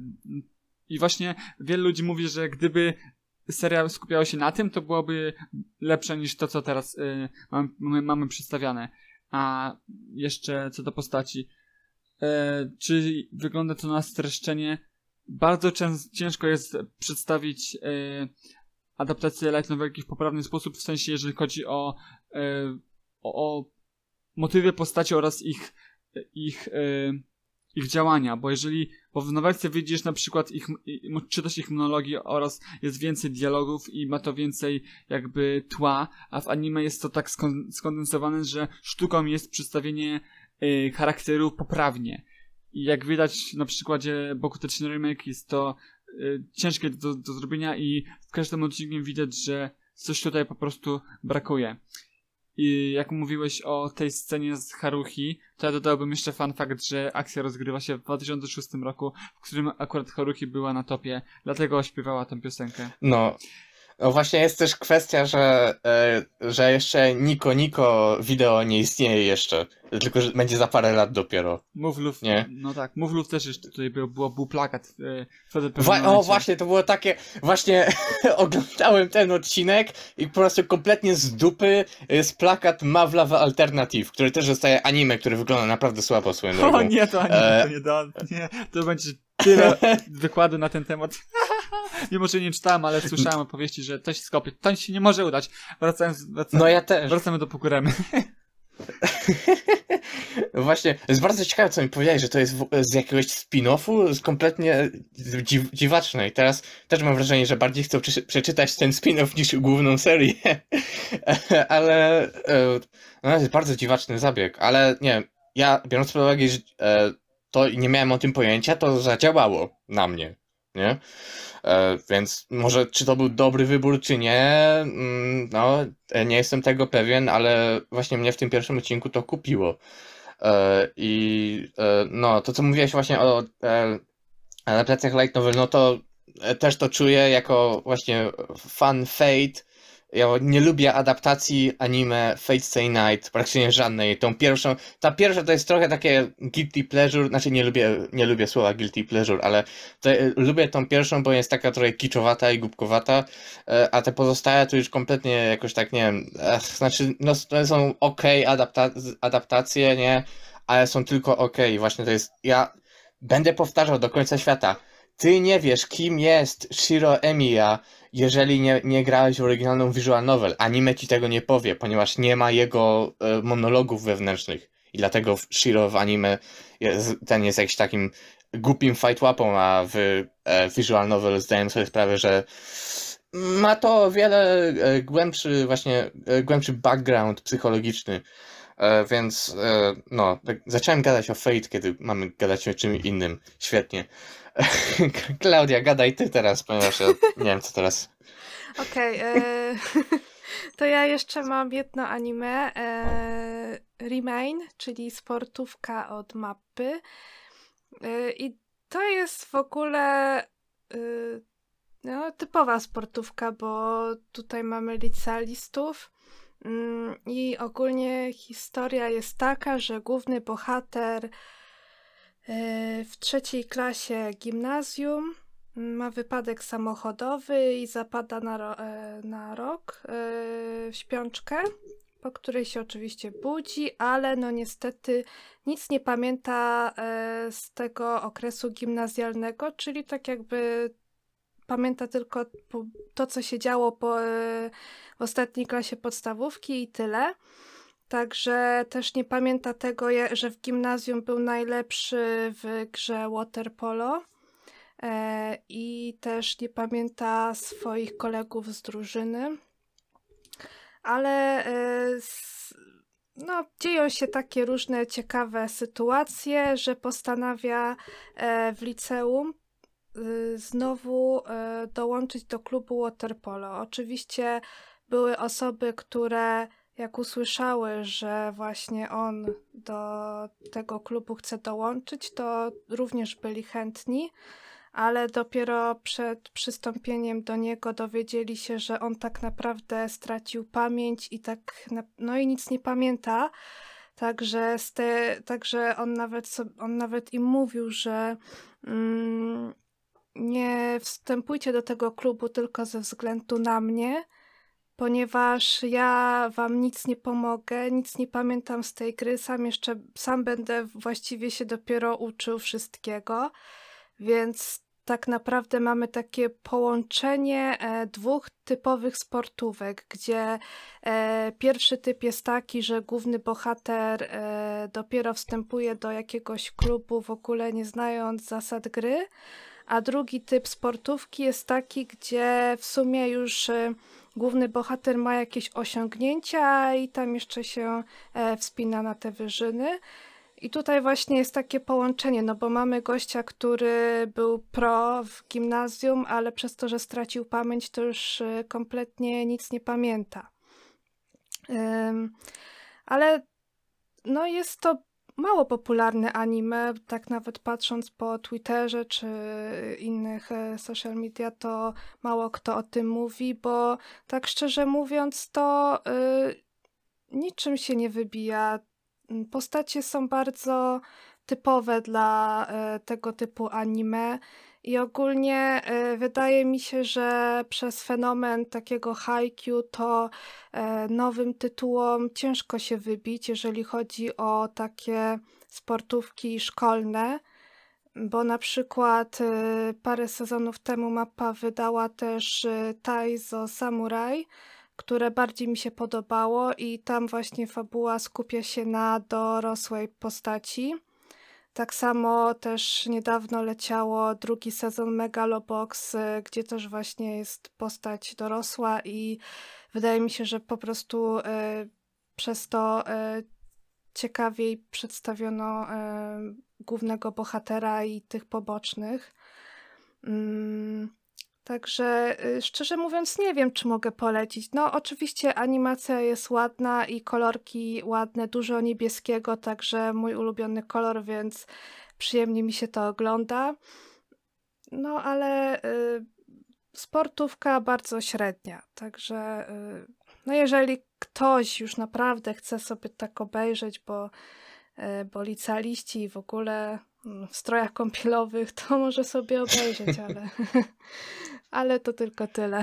I właśnie wielu ludzi mówi, że gdyby serial skupiał się na tym, to byłoby lepsze niż to, co teraz e, mamy, mamy, mamy przedstawiane. A jeszcze co do postaci. E, czy wygląda to na streszczenie? Bardzo często, ciężko jest przedstawić e, adaptację light novelki w poprawny sposób, w sensie jeżeli chodzi o, e, o, o motywy postaci oraz ich, ich, e, ich działania, bo jeżeli, bo w nowelce widzisz na przykład ich, i- czytasz ich monologi oraz jest więcej dialogów i ma to więcej jakby tła, a w anime jest to tak skon- skondensowane, że sztuką jest przedstawienie e, charakteru poprawnie. I jak widać na przykładzie Boku to Chin Remake jest to e, ciężkie do, do zrobienia i w każdym odcinku widać, że coś tutaj po prostu brakuje. I jak mówiłeś o tej scenie z Haruhi, to ja dodałbym jeszcze fun fact, że akcja rozgrywa się w dwa tysiące szóstym roku, w którym akurat Haruhi była na topie, dlatego śpiewała tę piosenkę. No, No właśnie jest też kwestia, że, e, że jeszcze Niko Niko wideo nie istnieje jeszcze, tylko że będzie za parę lat dopiero. Mówlów, Nie. no tak, Mówlów też jeszcze tutaj był, było, był plakat e, wtedy w pewnym Wła- o momencie. właśnie, to było takie, właśnie oglądałem ten odcinek i po prostu kompletnie z dupy jest plakat Mawlawa Alternative, który też zostaje anime, który wygląda naprawdę słabo swoją drogą. O nie, to, nie, E. to nie da, nie, to będzie tyle wykładu na ten temat. Mimo, że nie czytałem, ale słyszałem opowieści, że to się skopie, to się nie może udać. Wracając, wracamy, No ja też. wracamy do Pokuremy. Właśnie, jest bardzo ciekawe, co mi powiedziałeś, że to jest w, z jakiegoś spin-offu, z kompletnie dziw, dziwaczne. I teraz też mam wrażenie, że bardziej chcę prze, przeczytać ten spin-off niż główną serię. Ale e, no, jest bardzo dziwaczny zabieg. Ale nie, ja biorąc pod uwagę, że e, to nie miałem o tym pojęcia, to zadziałało na mnie, nie? E, więc może czy to był dobry wybór, czy nie, mm, no e, nie jestem tego pewien, ale właśnie mnie w tym pierwszym odcinku to kupiło. E, I e, no, to co mówiłeś właśnie o e, adaptacjach light novel, no to e, też to czuję jako właśnie fan Fate. Ja nie lubię adaptacji anime Fate Stay Night, praktycznie żadnej. Tą pierwszą, ta pierwsza to jest trochę takie guilty pleasure, znaczy nie lubię, nie lubię słowa guilty pleasure, ale to, e, lubię tą pierwszą, bo jest taka trochę kiczowata i głupkowata, e, a te pozostałe to już kompletnie jakoś tak, nie wiem, ech, znaczy no to są okej adapta adaptacje, nie, ale są tylko okej, właśnie to jest, ja będę powtarzał do końca świata. Ty nie wiesz, kim jest Shiro Emiya, jeżeli nie, nie grałeś w oryginalną visual novel. Anime ci tego nie powie, ponieważ nie ma jego e, monologów wewnętrznych. I dlatego w Shiro w anime jest, ten jest jakiś takim głupim fightłapą, a w e, visual novel zdałem sobie sprawę, że ma to o wiele e, głębszy właśnie, e, głębszy background psychologiczny. E, więc e, no, tak zacząłem gadać o Fate, kiedy mamy gadać o czymś innym. Świetnie. Klaudia, gadaj ty teraz, ponieważ ja nie wiem co teraz. Okej, e, to ja jeszcze mam jedno anime, e, Remain, czyli sportówka od Mappy. E, I to jest w ogóle e, no, typowa sportówka, bo tutaj mamy licealistów. Mm, I ogólnie historia jest taka, że główny bohater e, w trzeciej klasie gimnazjum ma wypadek samochodowy i zapada na, ro- e, na rok e, w śpiączkę, po której się oczywiście budzi, ale no niestety nic nie pamięta e, z tego okresu gimnazjalnego, czyli tak jakby pamięta tylko po- to, co się działo po, e, w ostatniej klasie podstawówki i tyle. Także też nie pamięta tego, je- że w gimnazjum był najlepszy w grze water polo. E, I też nie pamięta swoich kolegów z drużyny. Ale e, s- no, dzieją się takie różne ciekawe sytuacje, że postanawia e, w liceum y, znowu e, dołączyć do klubu waterpolo. Oczywiście były osoby, które jak usłyszały, że właśnie on do tego klubu chce dołączyć, to również byli chętni, ale dopiero przed przystąpieniem do niego dowiedzieli się, że on tak naprawdę stracił pamięć i tak, na, no i nic nie pamięta. Także, z te, także on, nawet so, on nawet im mówił, że mm, nie wstępujcie do tego klubu tylko ze względu na mnie, ponieważ ja wam nic nie pomogę, nic nie pamiętam z tej gry, sam jeszcze, sam będę właściwie się dopiero uczył wszystkiego, więc tak naprawdę mamy takie połączenie e, dwóch typowych sportówek, gdzie e, pierwszy typ jest taki, że główny bohater e, dopiero wstępuje do jakiegoś klubu, w ogóle nie znając zasad gry, a drugi typ sportówki jest taki, gdzie w sumie już e, główny bohater ma jakieś osiągnięcia i tam jeszcze się e, wspina na te wyżyny. I tutaj właśnie jest takie połączenie, no bo mamy gościa, który był pro w gimnazjum, ale przez to, że stracił pamięć, to już e, kompletnie nic nie pamięta. Ym, ale no jest to mało popularne anime, tak nawet patrząc po Twitterze czy innych e, social media, to mało kto o tym mówi, bo tak szczerze mówiąc, to y, niczym się nie wybija. Mm, Postacie są bardzo typowe dla e, tego typu anime i ogólnie e, wydaje mi się, że przez fenomen takiego haiku to e, nowym tytułom ciężko się wybić, jeżeli chodzi o takie sportówki szkolne, bo na przykład e, parę sezonów temu Mappa wydała też e, Taizo Samurai, które bardziej mi się podobało i tam właśnie fabuła skupia się na dorosłej postaci. Tak samo też niedawno leciało drugi sezon Megalobox, y, gdzie też właśnie jest postać dorosła i wydaje mi się, że po prostu y, przez to y, ciekawiej przedstawiono y, głównego bohatera i tych pobocznych. Mm, Także y, szczerze mówiąc nie wiem, czy mogę polecić. No oczywiście animacja jest ładna i kolorki ładne, dużo niebieskiego, także mój ulubiony kolor, więc przyjemnie mi się to ogląda. No ale y, sportówka bardzo średnia, także y, no jeżeli ktoś już naprawdę chce sobie tak obejrzeć, bo, y, bo licealiści i w ogóle mm, w strojach kąpielowych, to może sobie obejrzeć, ale, ale to tylko tyle.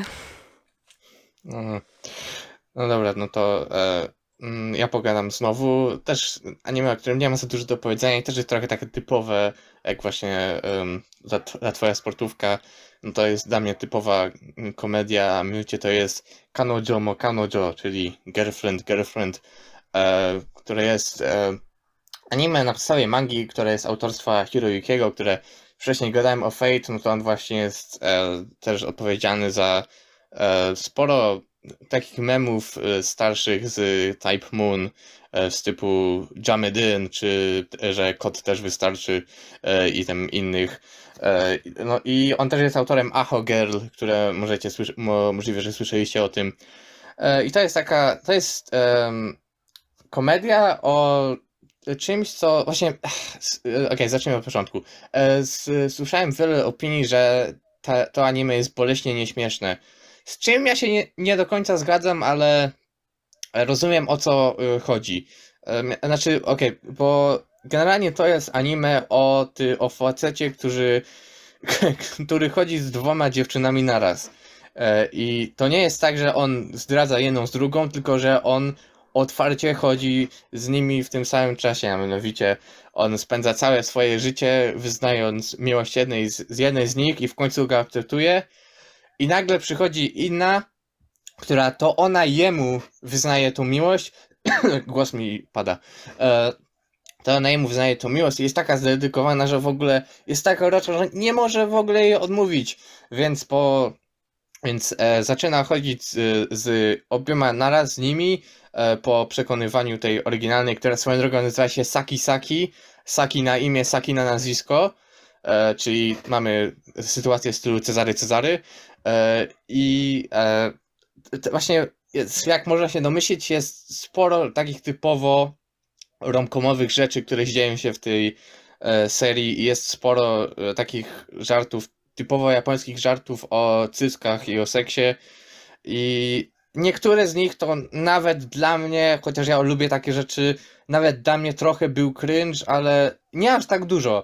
No, no dobra, no to e, mm, ja pogadam znowu. Też anime, o którym nie ma za dużo do powiedzenia i też jest trochę takie typowe, jak właśnie em, ta, ta twoja sportówka. No to jest dla mnie typowa mm, komedia, a mianowicie to jest Kanojo mo Kanojo, czyli Girlfriend, Girlfriend, e, które jest e, anime na podstawie mangi, które jest autorstwa Hiroyukiego, które wcześniej gadałem o Fate, no to on właśnie jest e, też odpowiedzialny za e, sporo takich memów e, starszych z Type Moon, e, z typu Jamedin, czy e, że kot też wystarczy e, i tam innych. E, no i on też jest autorem Aho Girl, które możecie słysz- mo- możliwe, że słyszeliście o tym. E, I to jest taka, to jest em, komedia o czymś, co właśnie. s- e, Okej, zacznijmy od początku. E, s- Słyszałem wiele opinii, że ta, to anime jest boleśnie nieśmieszne. Z czym ja się nie, nie do końca zgadzam, ale rozumiem o co y, chodzi. Em, Znaczy, okej, bo generalnie to jest anime o, ty, o facecie, który, który chodzi z dwoma dziewczynami naraz. E, I to nie jest tak, że on zdradza jedną z drugą, tylko że on otwarcie chodzi z nimi w tym samym czasie, a mianowicie on spędza całe swoje życie wyznając miłość jednej z, z jednej z nich i w końcu go akceptuje. I nagle przychodzi inna, która to ona jemu wyznaje tą miłość. Głos mi pada. E, to ona jemu wyznaje tą miłość i jest taka zdedykowana, że w ogóle jest taka urocza, że nie może w ogóle jej odmówić. Więc po. Więc e, zaczyna chodzić z, z obiema naraz z nimi e, po przekonywaniu tej oryginalnej, która swoją drogą nazywa się Saki Saki. Saki na imię, Saki na nazwisko. E, czyli mamy sytuację w stylu Cezary Cezary. E, I e, t- właśnie, jest, jak można się domyślić, jest sporo takich typowo romkomowych rzeczy, które dzieją się w tej e, serii i jest sporo e, takich żartów, typowo japońskich żartów o cyckach i o seksie i niektóre z nich to nawet dla mnie, chociaż ja lubię takie rzeczy, nawet dla mnie trochę był cringe, ale nie aż tak dużo.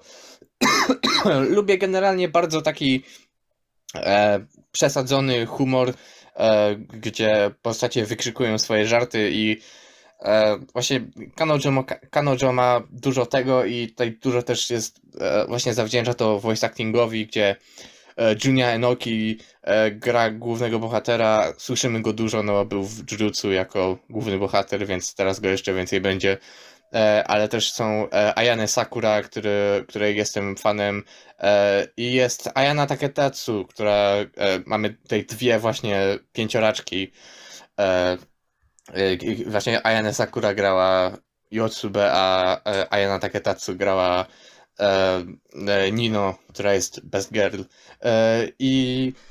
Lubię generalnie bardzo taki e, przesadzony humor, e, gdzie postacie wykrzykują swoje żarty i e, właśnie Kanojo ma, Kanojo ma dużo tego i tutaj dużo też jest e, właśnie zawdzięcza to voice actingowi, gdzie e, Junya Enoki e, gra głównego bohatera, słyszymy go dużo, no był w Jujutsu jako główny bohater, więc teraz go jeszcze więcej będzie. E, ale też są e, Ayane Sakura, który, której jestem fanem, e, i jest Ayana Taketatsu, która e, mamy tutaj dwie właśnie pięcioraczki. E, e, i właśnie Ayane Sakura grała Yotsube, a e, Ayana Taketatsu grała e, e, Nino, która jest Best Girl. E, I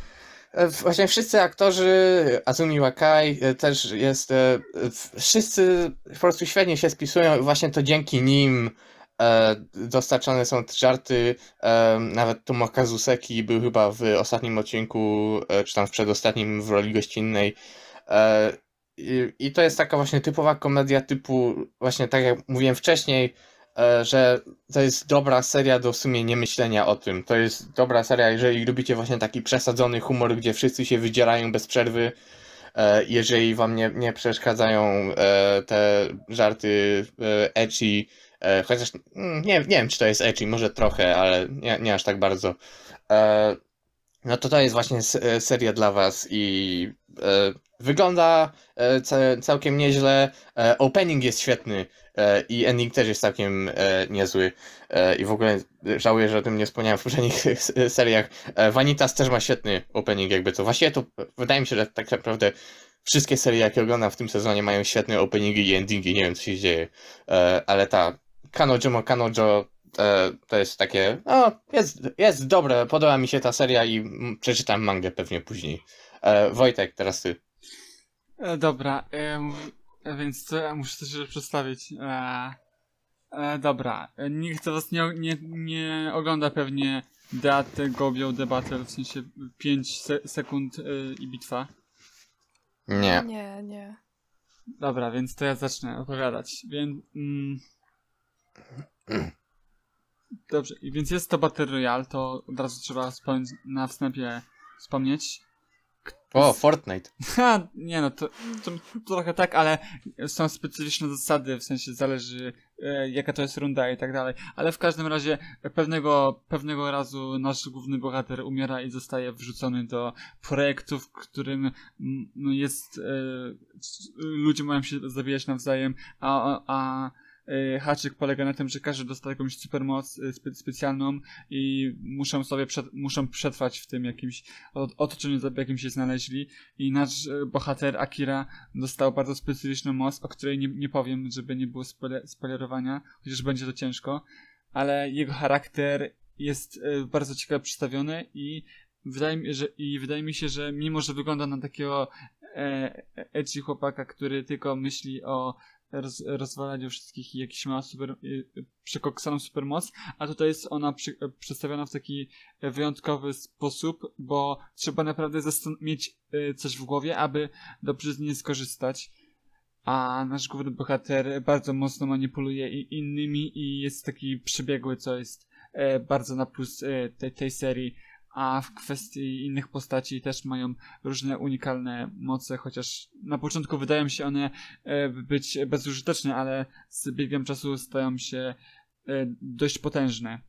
E, Właśnie wszyscy aktorzy, Azumi Wakai e, też jest, e, w- wszyscy po prostu świetnie się spisują i właśnie to dzięki nim e, dostarczane są te żarty. E, nawet Tomokazu Seki był chyba w ostatnim odcinku, e, czy tam w przedostatnim w roli gościnnej. E, i, I to jest taka właśnie typowa komedia typu, właśnie tak jak mówiłem wcześniej, e, że to jest dobra seria do w sumie nie myślenia o tym. To jest dobra seria, jeżeli lubicie właśnie taki przesadzony humor, gdzie wszyscy się wydzierają bez przerwy. E, jeżeli wam nie, nie przeszkadzają e, te żarty e, ecchi, e, chociaż mm, nie, nie wiem, czy to jest ecchi, może trochę, ale nie, nie aż tak bardzo. E, no to to jest właśnie s- e, seria dla was i e, wygląda e, ca- całkiem nieźle. E, opening jest świetny e, i ending też jest całkiem e, niezły. E, I w ogóle żałuję, że o tym nie wspomniałem w poprzednich s- seriach. E, Vanitas też ma świetny opening, jakby to. Właściwie to wydaje mi się, że tak naprawdę wszystkie serie, jakie oglądam w tym sezonie, mają świetne openingi i endingi. Nie wiem, co się dzieje. E, ale ta Kanojo mo Kanojo e, to jest takie, no, jest, jest dobre, podoba mi się ta seria i mm, przeczytam mangę pewnie później. E, Wojtek, teraz ty. E, dobra, em, e, więc co ja muszę coś przedstawić. E, e, dobra, e, nikt z was nie, nie, nie ogląda pewnie Deat Gobio The Battle, w sensie pięć se sekund e, i bitwa. Nie. Nie, nie. Dobra, więc to ja zacznę opowiadać. Więc. Mm, dobrze, i więc jest to Battle Royale, to od razu trzeba wspomnieć, na wstępie wspomnieć. O, Fortnite. Ha, nie no, to, to, to trochę tak, ale są specyficzne zasady, w sensie zależy e, jaka to jest runda i tak dalej, ale w każdym razie pewnego, pewnego razu nasz główny bohater umiera i zostaje wrzucony do projektu, w którym mm, no jest, e, ludzie mają się zabijać nawzajem, a, a, a e, haczyk polega na tym, że każdy dostaje jakąś supermoc e, spe, specjalną i muszą sobie przed, muszą przetrwać w tym jakimś ot- otoczeniu, w jakim się znaleźli. I nasz e, bohater Akira dostał bardzo specyficzną moc, o której nie, nie powiem, żeby nie było spoile- spoilerowania, chociaż będzie to ciężko, ale jego charakter jest e, bardzo ciekawie przedstawiony i wydaje mi, że, i wydaje mi się, że mimo, że wygląda na takiego e, edgy chłopaka, który tylko myśli o roz, rozwalaniu wszystkich i jakiś ma super, y, przekoksaną supermoc, a tutaj jest ona przy, przedstawiona w taki wyjątkowy sposób, bo trzeba naprawdę zastan- mieć y, coś w głowie, aby dobrze z niej skorzystać. A nasz główny bohater bardzo mocno manipuluje i innymi i jest taki przebiegły, co jest e, bardzo na plus e, tej, tej serii. A w kwestii innych postaci też mają różne unikalne moce, chociaż na początku wydają się one e, być bezużyteczne, ale z biegiem czasu stają się e, dość potężne.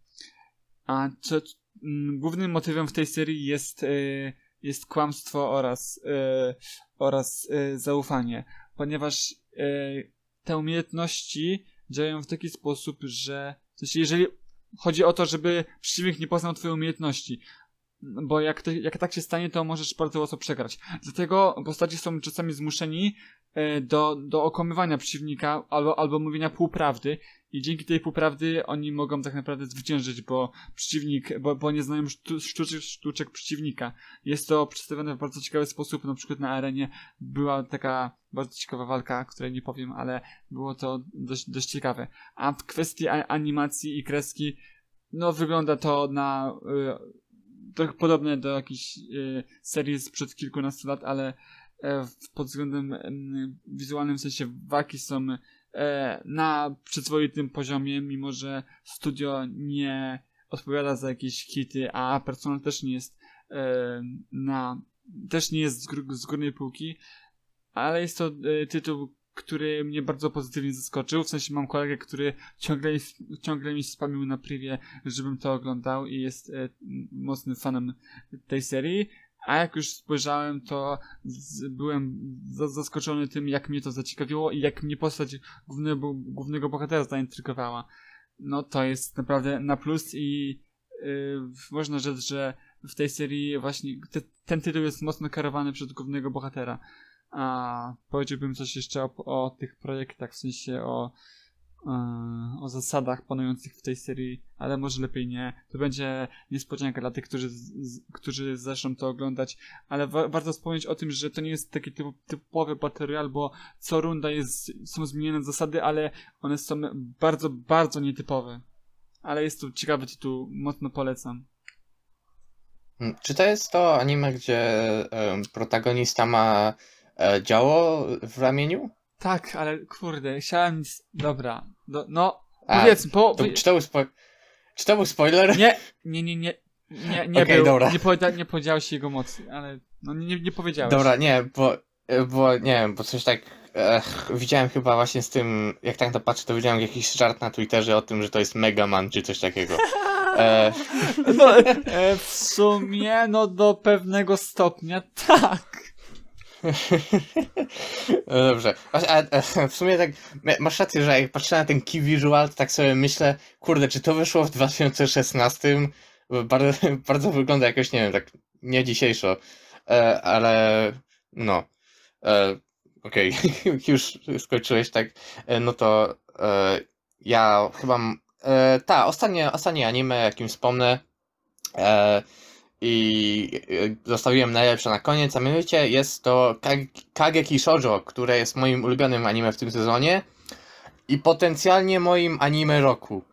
A co, m, głównym motywem w tej serii jest, e, jest kłamstwo oraz, e, oraz e, zaufanie, ponieważ e, te umiejętności działają w taki sposób, że w sensie jeżeli chodzi o to, żeby przeciwnik nie poznał twojej umiejętności, bo jak, to, jak tak się stanie, to możesz bardzo łatwo przegrać. Dlatego postaci są czasami zmuszeni e, do, do okłamywania przeciwnika albo, albo mówienia półprawdy i dzięki tej półprawdy oni mogą tak naprawdę zwyciężyć, bo przeciwnik, bo, bo nie znają sztu, sztuczek, sztuczek przeciwnika. Jest to przedstawione w bardzo ciekawy sposób, na przykład na arenie była taka bardzo ciekawa walka, której nie powiem, ale było to dość, dość ciekawe. A w kwestii a, animacji i kreski, no wygląda to na... Y, trochę podobne do jakiejś y, serii sprzed kilkunastu lat, ale e, pod względem e, wizualnym, w sensie walki są e, na przyzwoitym poziomie, mimo że studio nie odpowiada za jakieś hity, a personel też nie jest e, na też nie jest z, gór, z górnej półki, ale jest to e, tytuł, który mnie bardzo pozytywnie zaskoczył. W sensie mam kolegę, który ciągle, ciągle mi spamił na privie, żebym to oglądał i jest e, mocnym fanem tej serii. A jak już spojrzałem, to z, byłem za, zaskoczony tym, jak mnie to zaciekawiło i jak mnie postać głównego, głównego bohatera zaintrygowała. No to jest naprawdę na plus i yy, można rzec, że w tej serii właśnie te, ten tytuł jest mocno kierowany przez głównego bohatera. A powiedziałbym coś jeszcze o, o tych projektach, w sensie o, o zasadach panujących w tej serii, ale może lepiej nie. To będzie niespodzianka dla tych, którzy, z, którzy zaczną to oglądać, ale wa- warto wspomnieć o tym, że to nie jest taki typ, typowy Battle Royale, bo co runda jest, są zmienione zasady, ale one są bardzo, bardzo nietypowe. Ale jest to ciekawy tytuł, mocno polecam. Czy to jest to anime, gdzie em, protagonista ma e, działo w ramieniu? Tak, ale kurde, chciałem... Dobra, do, no, A, powiedzmy, po... To, czy, to był spo... czy to był spoiler? Nie, nie, nie, nie, nie, nie Okej, był, dobra. nie, powiedzia, nie powiedziałeś jego mocy, ale no nie, nie powiedziałeś. Dobra, nie, bo, bo nie wiem, bo coś tak ech, widziałem chyba właśnie z tym, jak tak na to patrzę, to widziałem jakiś żart na Twitterze o tym, że to jest Mega Man czy coś takiego. E, No, e, w sumie, no do pewnego stopnia tak. No dobrze. A, a, a w sumie tak, masz rację, że jak patrzę na ten key visual, to tak sobie myślę, kurde, czy to wyszło w dwa tysiące szesnastym? Bo Bardzo, bardzo wygląda jakoś, nie wiem, tak nie dzisiejszo. E, ale no. E, Okej, już skończyłeś, tak. E, no to e, ja chyba... m- E, ta, ostatnie, ostatnie anime, jakim wspomnę, e, i e, zostawiłem najlepsze na koniec, a mianowicie jest to Kage- Kageki Shoujo, które jest moim ulubionym anime w tym sezonie i potencjalnie moim anime roku.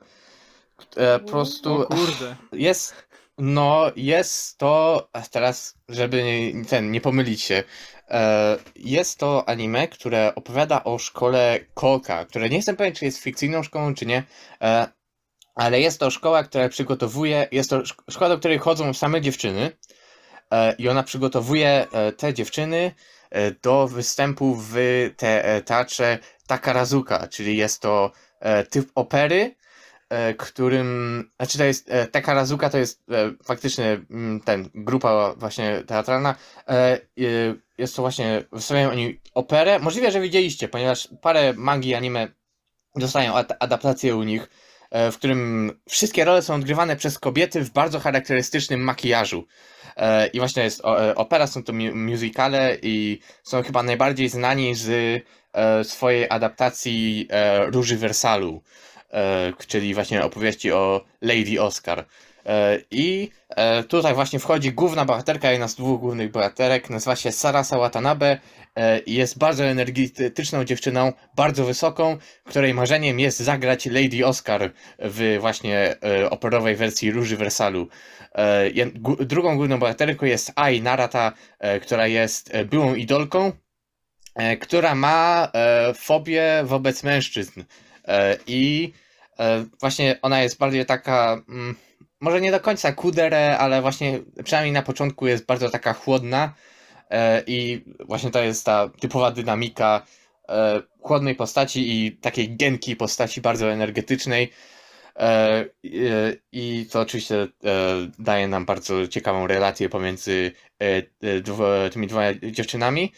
E, po prostu O kurde. jest, no, jest to, a teraz, żeby nie- ten, nie pomylić się, e, jest to anime, które opowiada o szkole Koka, które nie jestem pewien, czy jest fikcyjną szkołą, czy nie, e, ale jest to szkoła, która przygotowuje, jest to szk- szkoła, do której chodzą same dziewczyny e, i ona przygotowuje e, te dziewczyny e, do występu w te, e, teatrze Takarazuka, czyli jest to e, typ opery, e, którym, znaczy to jest, e, Takarazuka to jest e, faktycznie mm, ten, grupa właśnie teatralna, e, e, jest to właśnie, wystawiają oni operę, możliwe, że widzieliście, ponieważ parę mangi anime dostają ad- adaptację u nich, e, w którym wszystkie role są odgrywane przez kobiety w bardzo charakterystycznym makijażu. E, I właśnie jest o- e, opera, są to mu- musicale i są chyba najbardziej znani z e, swojej adaptacji e, Róży Wersalu, e, czyli właśnie opowieści o Lady Oscar. E, I e, tutaj właśnie wchodzi główna bohaterka, jedna z dwóch głównych bohaterek, nazywa się Sarasa Watanabe e, i jest bardzo energetyczną dziewczyną, bardzo wysoką, której marzeniem jest zagrać Lady Oscar w właśnie e, operowej wersji Róży Wersalu. E, jed- gu- drugą główną bohaterką jest Ai Narata, e, która jest e, byłą idolką, e, która ma e, fobię wobec mężczyzn. E, I e, właśnie ona jest bardziej taka, mm, może nie do końca kudere, ale właśnie przynajmniej na początku jest bardzo taka chłodna. E, I właśnie to jest ta typowa dynamika e, chłodnej postaci i takiej gienkiej postaci bardzo energetycznej. E, i- e, I to oczywiście e, daje nam bardzo ciekawą relację pomiędzy e, e, dwo, tymi dwoma dziewczynami.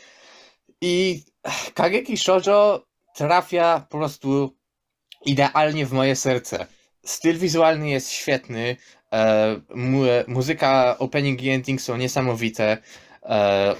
I Kageki Shoujo trafia po prostu idealnie w moje serce. Styl wizualny jest świetny, e, mu, muzyka, opening i ending są niesamowite, e,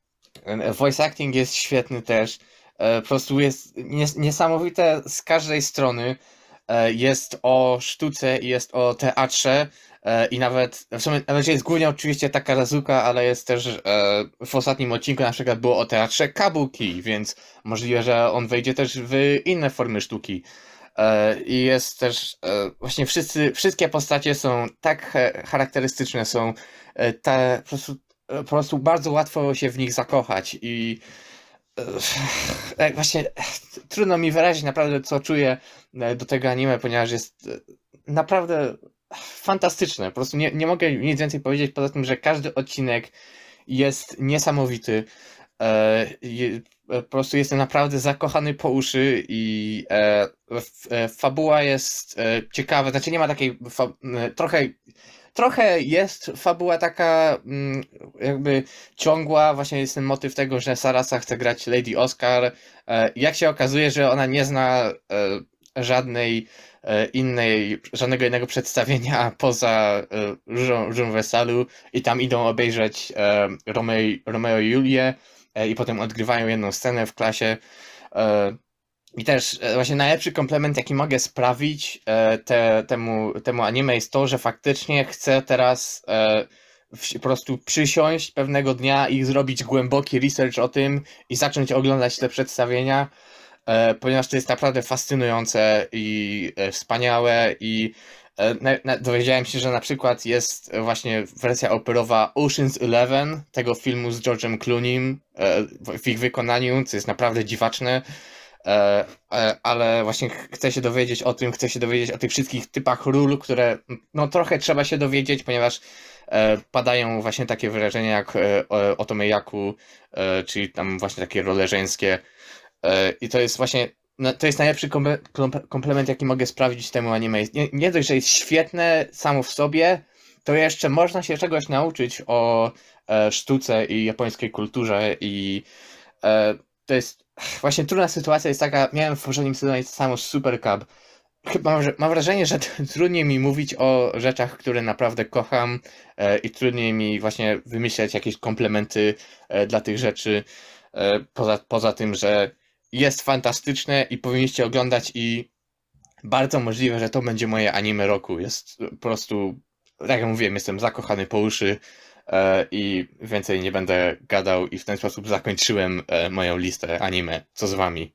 voice acting jest świetny też, e, po prostu jest nies niesamowite z każdej strony. E, jest o sztuce i jest o teatrze e, i nawet, w sumie nawet jest głównie oczywiście Takarazuka, ale jest też e, w ostatnim odcinku na przykład było o teatrze Kabuki, więc możliwe, że on wejdzie też w inne formy sztuki. E, I jest też, e, właśnie wszyscy, wszystkie postacie są tak he- charakterystyczne, są e, te, po prostu, e, po prostu bardzo łatwo się w nich zakochać i e, właśnie e, trudno mi wyrazić naprawdę, co czuję e, do tego anime, ponieważ jest e, naprawdę fantastyczne. Po prostu nie, nie mogę nic więcej powiedzieć, poza tym, że każdy odcinek jest niesamowity. E, je, e, po prostu jestem naprawdę zakochany po uszy i e, f, e, fabuła jest e, ciekawa. Znaczy nie ma takiej fa, e, trochę trochę jest fabuła taka mm, jakby ciągła. Właśnie jest ten motyw tego, że Sarasa chce grać Lady Oscar. E, jak się okazuje, że ona nie zna e, żadnej e, innej, żadnego innego przedstawienia poza e, Różą, Różą Wersalu i tam idą obejrzeć e, Romeo, Romeo i Julię e, i potem odgrywają jedną scenę w klasie. E, I też e, właśnie najlepszy komplement, jaki mogę sprawić e, te, temu, temu anime jest to, że faktycznie chcę teraz e, w, po prostu przysiąść pewnego dnia i zrobić głęboki research o tym i zacząć oglądać te przedstawienia, e, ponieważ to jest naprawdę fascynujące i e, wspaniałe i e, na, na, dowiedziałem się, że na przykład jest właśnie wersja operowa Ocean's Eleven tego filmu z George'em Clooney'm e, w, w ich wykonaniu, co jest naprawdę dziwaczne. E, e, ale właśnie ch- chcę się dowiedzieć o tym, chcę się dowiedzieć o tych wszystkich typach ról, które no trochę trzeba się dowiedzieć, ponieważ e, padają właśnie takie wyrażenia jak e, o- otomejaku, e, czyli tam właśnie takie role żeńskie. E, I to jest właśnie, no, to jest najlepszy komple- komple- komplement, jaki mogę sprawdzić temu anime. Jest- Nie, nie dość, że jest świetne samo w sobie, to jeszcze można się czegoś nauczyć o e, sztuce i japońskiej kulturze i e, to jest właśnie trudna sytuacja jest taka, miałem w poprzednim sezonie to samo z Super Cup. Chyba mam, wraż- mam wrażenie, że t- trudniej mi mówić o rzeczach, które naprawdę kocham e, i trudniej mi właśnie wymyślać jakieś komplementy e, dla tych rzeczy. E, poza, poza tym, że jest fantastyczne i powinniście oglądać i bardzo możliwe, że to będzie moje anime roku. Jest po prostu, tak jak mówiłem, jestem zakochany po uszy e, i więcej nie będę gadał i w ten sposób zakończyłem e, moją listę anime. Co z wami?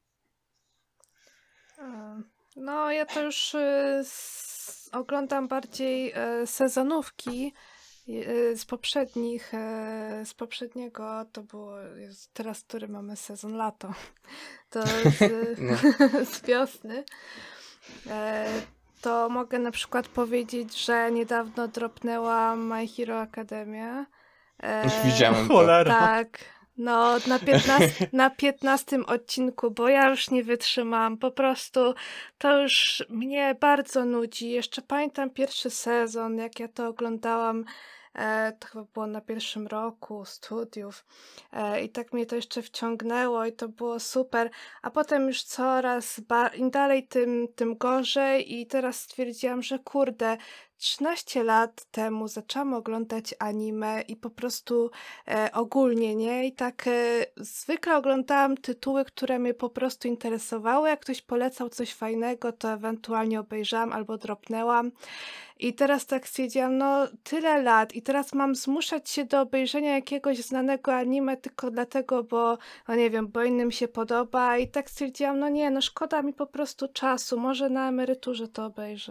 E, No, ja to już y, s- oglądam bardziej e, sezonówki y, z poprzednich, e, z poprzedniego to było, jest teraz, który mamy sezon lato, to z, No. z wiosny. E, To mogę na przykład powiedzieć, że niedawno dropnęłam My Hero Academia. E, Widziałem to. Cholera. Tak, no na, piętnastym, na piętnastym odcinku, bo ja już nie wytrzymam. Po prostu to już mnie bardzo nudzi. Jeszcze pamiętam pierwszy sezon, jak ja to oglądałam. E, to chyba było na pierwszym roku studiów. E, I tak mnie to jeszcze wciągnęło i to było super. A potem już coraz ba- im dalej, tym, tym gorzej. I teraz stwierdziłam, że kurde, trzynaście lat temu zaczęłam oglądać anime i po prostu e, ogólnie, nie? I tak e, zwykle oglądałam tytuły, które mnie po prostu interesowały. Jak ktoś polecał coś fajnego, to ewentualnie obejrzałam albo dropnęłam. I teraz tak stwierdziłam, no tyle lat i teraz mam zmuszać się do obejrzenia jakiegoś znanego anime tylko dlatego, bo no nie wiem, bo innym się podoba i tak stwierdziłam, no nie, no szkoda mi po prostu czasu, może na emeryturze to obejrzę.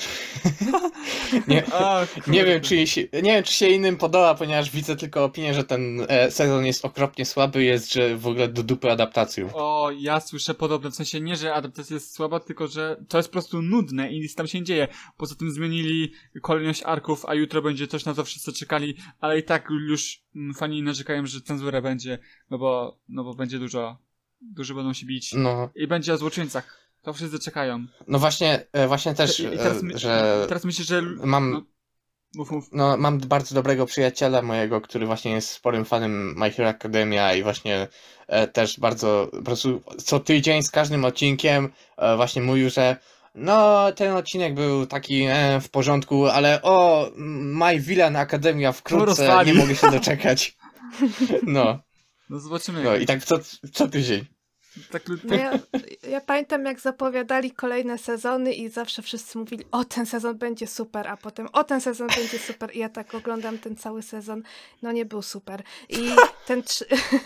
Nie, O, nie wiem, kurde. czy się, nie wiem, czy się innym podoba, ponieważ widzę tylko opinię, że ten e, sezon jest okropnie słaby, jest, że w ogóle do dupy adaptacją. O, ja słyszę podobne, w sensie nie, że adaptacja jest słaba, tylko że to jest po prostu nudne i nic tam się nie dzieje. Poza tym zmienili kolejność arków, a jutro będzie coś, na co wszyscy czekali, ale i tak już mm, fani narzekają, że cenzura będzie, no bo, no bo będzie dużo, dużo będą się bić. No, I będzie o złoczyńcach. To wszyscy czekają. no właśnie, e, właśnie też, I, i teraz, e, my, że teraz myślę, że... mam, No, mów, mów. no, mam bardzo dobrego przyjaciela mojego, który właśnie jest sporym fanem My Hero Academia i właśnie e, też bardzo, po prostu co tydzień z każdym odcinkiem e, właśnie mówił, że no, ten odcinek był taki e, w porządku, ale o, My Villain Academia wkrótce, rozwali. nie mogę się doczekać. No, No zobaczymy. no i tak co, co tydzień. tak, No tak, ja, ja pamiętam, jak zapowiadali kolejne sezony i zawsze wszyscy mówili, o ten sezon będzie super, a potem o ten sezon będzie super i ja tak oglądam ten cały sezon, no nie był super. I ten trz-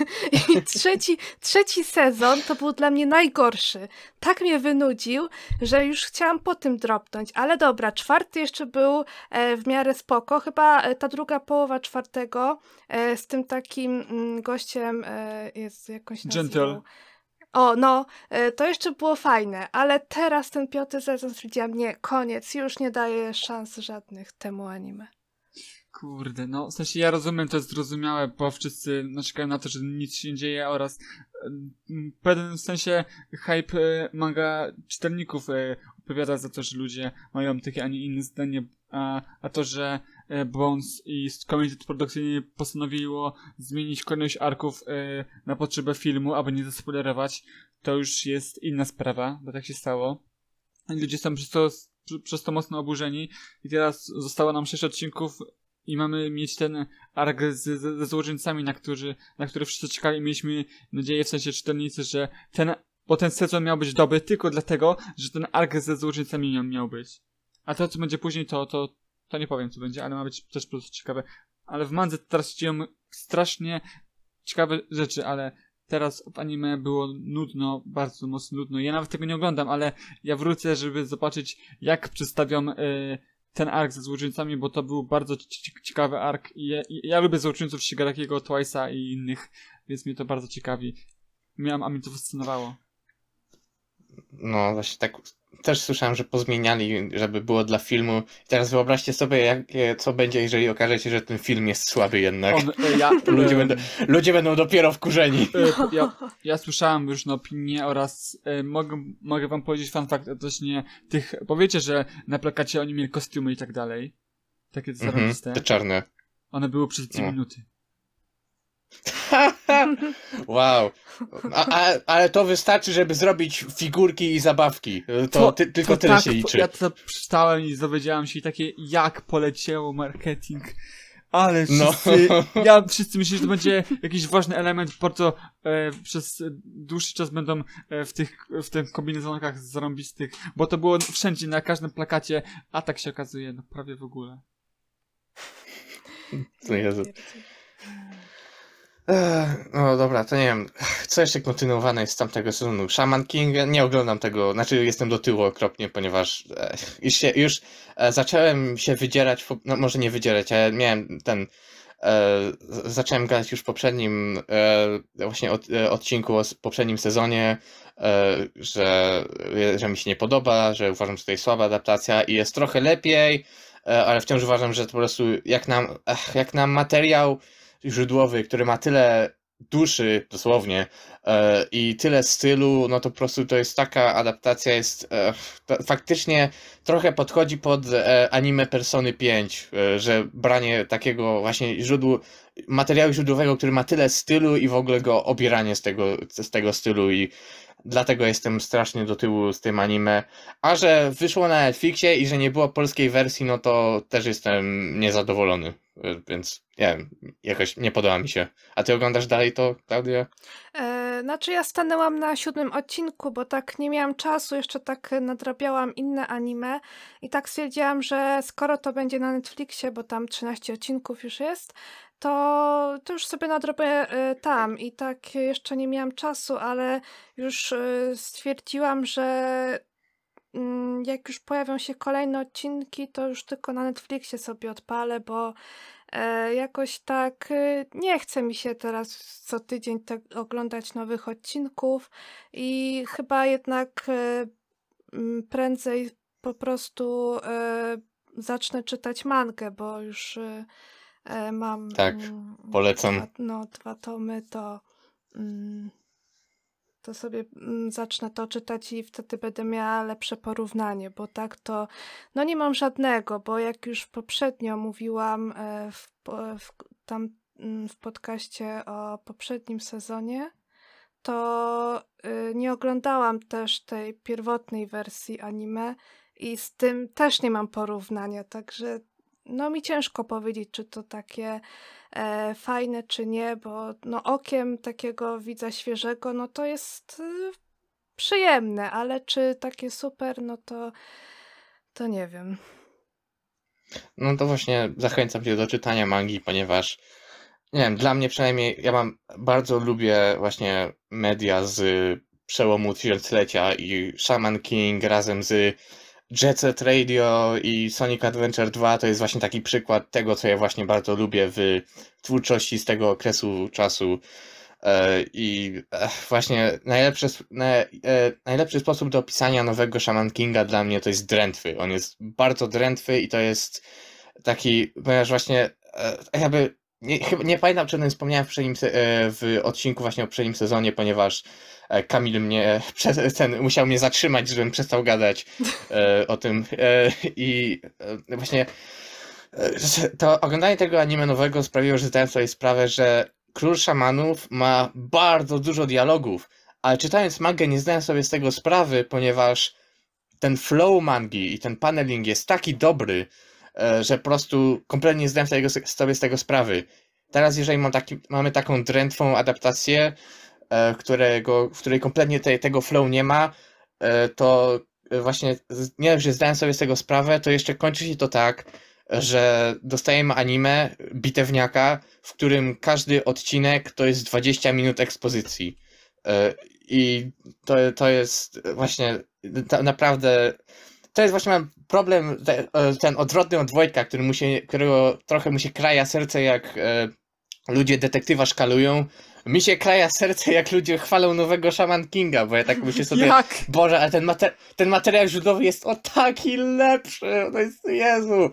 i trzeci, trzeci sezon to był dla mnie najgorszy. Tak mnie wynudził, że już chciałam po tym dropnąć, ale dobra, czwarty jeszcze był e, w miarę spoko, chyba e, ta druga połowa czwartego e, z tym takim mm, gościem e, jest jakoś Gentle. nazywał. O, no, e, to jeszcze było fajne, ale teraz ten piąty sezon stwierdziłam, nie, koniec, już nie daję szans żadnych temu anime. Kurde, no w sensie ja rozumiem, to jest zrozumiałe, bo wszyscy narzekają na to, że nic się nie dzieje oraz em, w pewnym sensie hype e, manga czytelników e, odpowiada za to, że ludzie mają takie, a nie inne zdanie, a, a to, że e, Bones i Community produkcyjnie postanowiło zmienić kolejność arków e, na potrzebę filmu, aby nie zaspoilerować, to już jest inna sprawa, bo tak się stało. I ludzie są przez to, przez to mocno oburzeni i teraz zostało nam sześć odcinków i mamy mieć ten ark z, z, ze złoczyńcami, na, którzy, na który wszyscy czekali i mieliśmy nadzieję, w sensie czytelnicy, że ten bo ten sezon miał być dobry tylko dlatego, że ten ark ze złoczyńcami miał, miał być. A to, co będzie później, to, to, to nie powiem, co będzie, ale ma być też po prostu ciekawe. Ale w mandze teraz się dzieją strasznie ciekawe rzeczy, ale teraz w anime było nudno, bardzo mocno nudno. Ja nawet tego nie oglądam, ale ja wrócę, żeby zobaczyć, jak przedstawią y, ten ark ze złoczyńcami, bo to był bardzo ci- ciekawy ark. I ja, i ja lubię złoczyńców Shigarakiego, Twice'a i innych, więc mnie to bardzo ciekawi. Miałam, a mnie to fascynowało. No właśnie tak też słyszałem, że pozmieniali, żeby było dla filmu. I teraz wyobraźcie sobie, jak, co będzie, jeżeli okaże się, że ten film jest słaby jednak. On, e, ja, Ludzie, e, będą, ludzie będą dopiero wkurzeni. e, ja, ja słyszałem różne opinie oraz e, mogę, mogę wam powiedzieć fun fact odnośnie tych, bo wiecie, że na plakacie oni mieli kostiumy i tak dalej. Takie Mhm, zarobiste. te czarne. One były przez dwie No. minuty. Wow. A, a, ale to wystarczy, żeby zrobić figurki i zabawki. To, ty, tylko to tyle tak, się liczy. Ja to przeczytałem i dowiedziałem się i takie, jak poleciało marketing. Ale No. wszyscy, ja wszyscy myśleli, że to będzie jakiś ważny element, bardzo e, przez dłuższy czas będą e, w tych, w tych kombinezonkach zarąbistych, bo to było wszędzie, na każdym plakacie, a tak się okazuje, no prawie w ogóle. To Jezu. Ech, No dobra, to nie wiem, co jeszcze kontynuowane jest z tamtego sezonu? Shaman King, nie oglądam tego, znaczy jestem do tyłu okropnie, ponieważ e, już, się, już e, zacząłem się wydzierać, w, no może nie wydzierać, ale miałem ten, e, z- zacząłem gadać już w poprzednim e, właśnie od, e, odcinku o s- poprzednim sezonie, e, że, że mi się nie podoba, że uważam, że to jest słaba adaptacja i jest trochę lepiej, e, ale wciąż uważam, że to po prostu jak nam, ech, jak nam materiał źródłowy, który ma tyle duszy, dosłownie, e, i tyle stylu, no to po prostu to jest taka adaptacja, jest e, to faktycznie trochę podchodzi pod e, anime Persony pięć, e, że branie takiego właśnie źródłu, materiału źródłowego, który ma tyle stylu i w ogóle go obieranie z tego, z tego stylu i dlatego jestem strasznie do tyłu z tym anime. A że wyszło na Netflixie i że nie było polskiej wersji, no to też jestem niezadowolony. E, Więc nie wiem, jakoś nie podoba mi się. A ty oglądasz dalej to, Klaudia? E, znaczy ja stanęłam na siódmym odcinku, bo tak nie miałam czasu, jeszcze tak e, nadrabiałam inne anime i tak stwierdziłam, że skoro to będzie na Netflixie, bo tam trzynaście odcinków już jest, to, to już sobie nadrobię e, tam i tak jeszcze nie miałam czasu, ale już e, stwierdziłam, że mm, jak już pojawią się kolejne odcinki, to już tylko na Netflixie sobie odpalę, bo e, jakoś tak e, nie chce mi się teraz co tydzień tak oglądać nowych odcinków i chyba jednak e, mm, prędzej po prostu e, zacznę czytać mangę, bo już e, e, mam Tak, mm, polecam. dwa, no, dwa tomy, to mm, to sobie mm, zacznę to czytać i wtedy będę miała lepsze porównanie, bo tak to no nie mam żadnego, bo jak już poprzednio mówiłam e, w, po- w, tam mm, w podcaście o poprzednim sezonie, to y, nie oglądałam też tej pierwotnej wersji anime i z tym też nie mam porównania, także no mi ciężko powiedzieć, czy to takie e, fajne, czy nie, bo no okiem takiego widza świeżego, no to jest y, przyjemne, ale czy takie super, no to to nie wiem. No to właśnie zachęcam cię do czytania mangi, ponieważ nie wiem, dla mnie przynajmniej, ja mam, bardzo lubię właśnie media z przełomu tysiąclecia i Shaman King razem z Jet Set Radio i Sonic Adventure dwa to jest właśnie taki przykład tego, co ja właśnie bardzo lubię w twórczości z tego okresu czasu. E, I e, właśnie najlepszy, sp- na, e, najlepszy sposób do opisania nowego Shaman Kinga dla mnie to jest drętwy. On jest bardzo drętwy i to jest taki, ponieważ właśnie e, jakby nie, chyba nie pamiętam, czy o tym wspomniałem w, poprzednim se- e, w odcinku właśnie o poprzednim sezonie, ponieważ e, Kamil mnie prze, ten, musiał mnie zatrzymać, żebym przestał gadać e, o tym e, i e, właśnie e, że to oglądanie tego anime nowego sprawiło, że zdałem sobie sprawę, że Król Szamanów ma bardzo dużo dialogów, ale czytając mangę nie zdałem sobie z tego sprawy, ponieważ ten flow mangi i ten paneling jest taki dobry, e, że po prostu kompletnie nie zdałem sobie, sobie z tego sprawy. Teraz jeżeli mam taki, mamy taką drętwą adaptację, e, którego, w której kompletnie te, tego flow nie ma, e, to właśnie z- nie dość, że zdałem sobie z tego sprawę, to jeszcze kończy się to tak, że dostajemy anime bitewniaka, w którym każdy odcinek to jest dwadzieścia minut ekspozycji. E, I to, to jest właśnie ta, naprawdę. To jest właśnie mam problem, te, e, ten odwrotny od Wojtka, który mu się, którego trochę mu się kraja serce, jak e, ludzie detektywa szkalują. Mi się kraja serce, jak ludzie chwalą nowego Shaman Kinga, bo ja tak myślę sobie, Jak? Boże, ale ten, mater ten materiał źródłowy jest o taki lepszy, to jest, Jezu.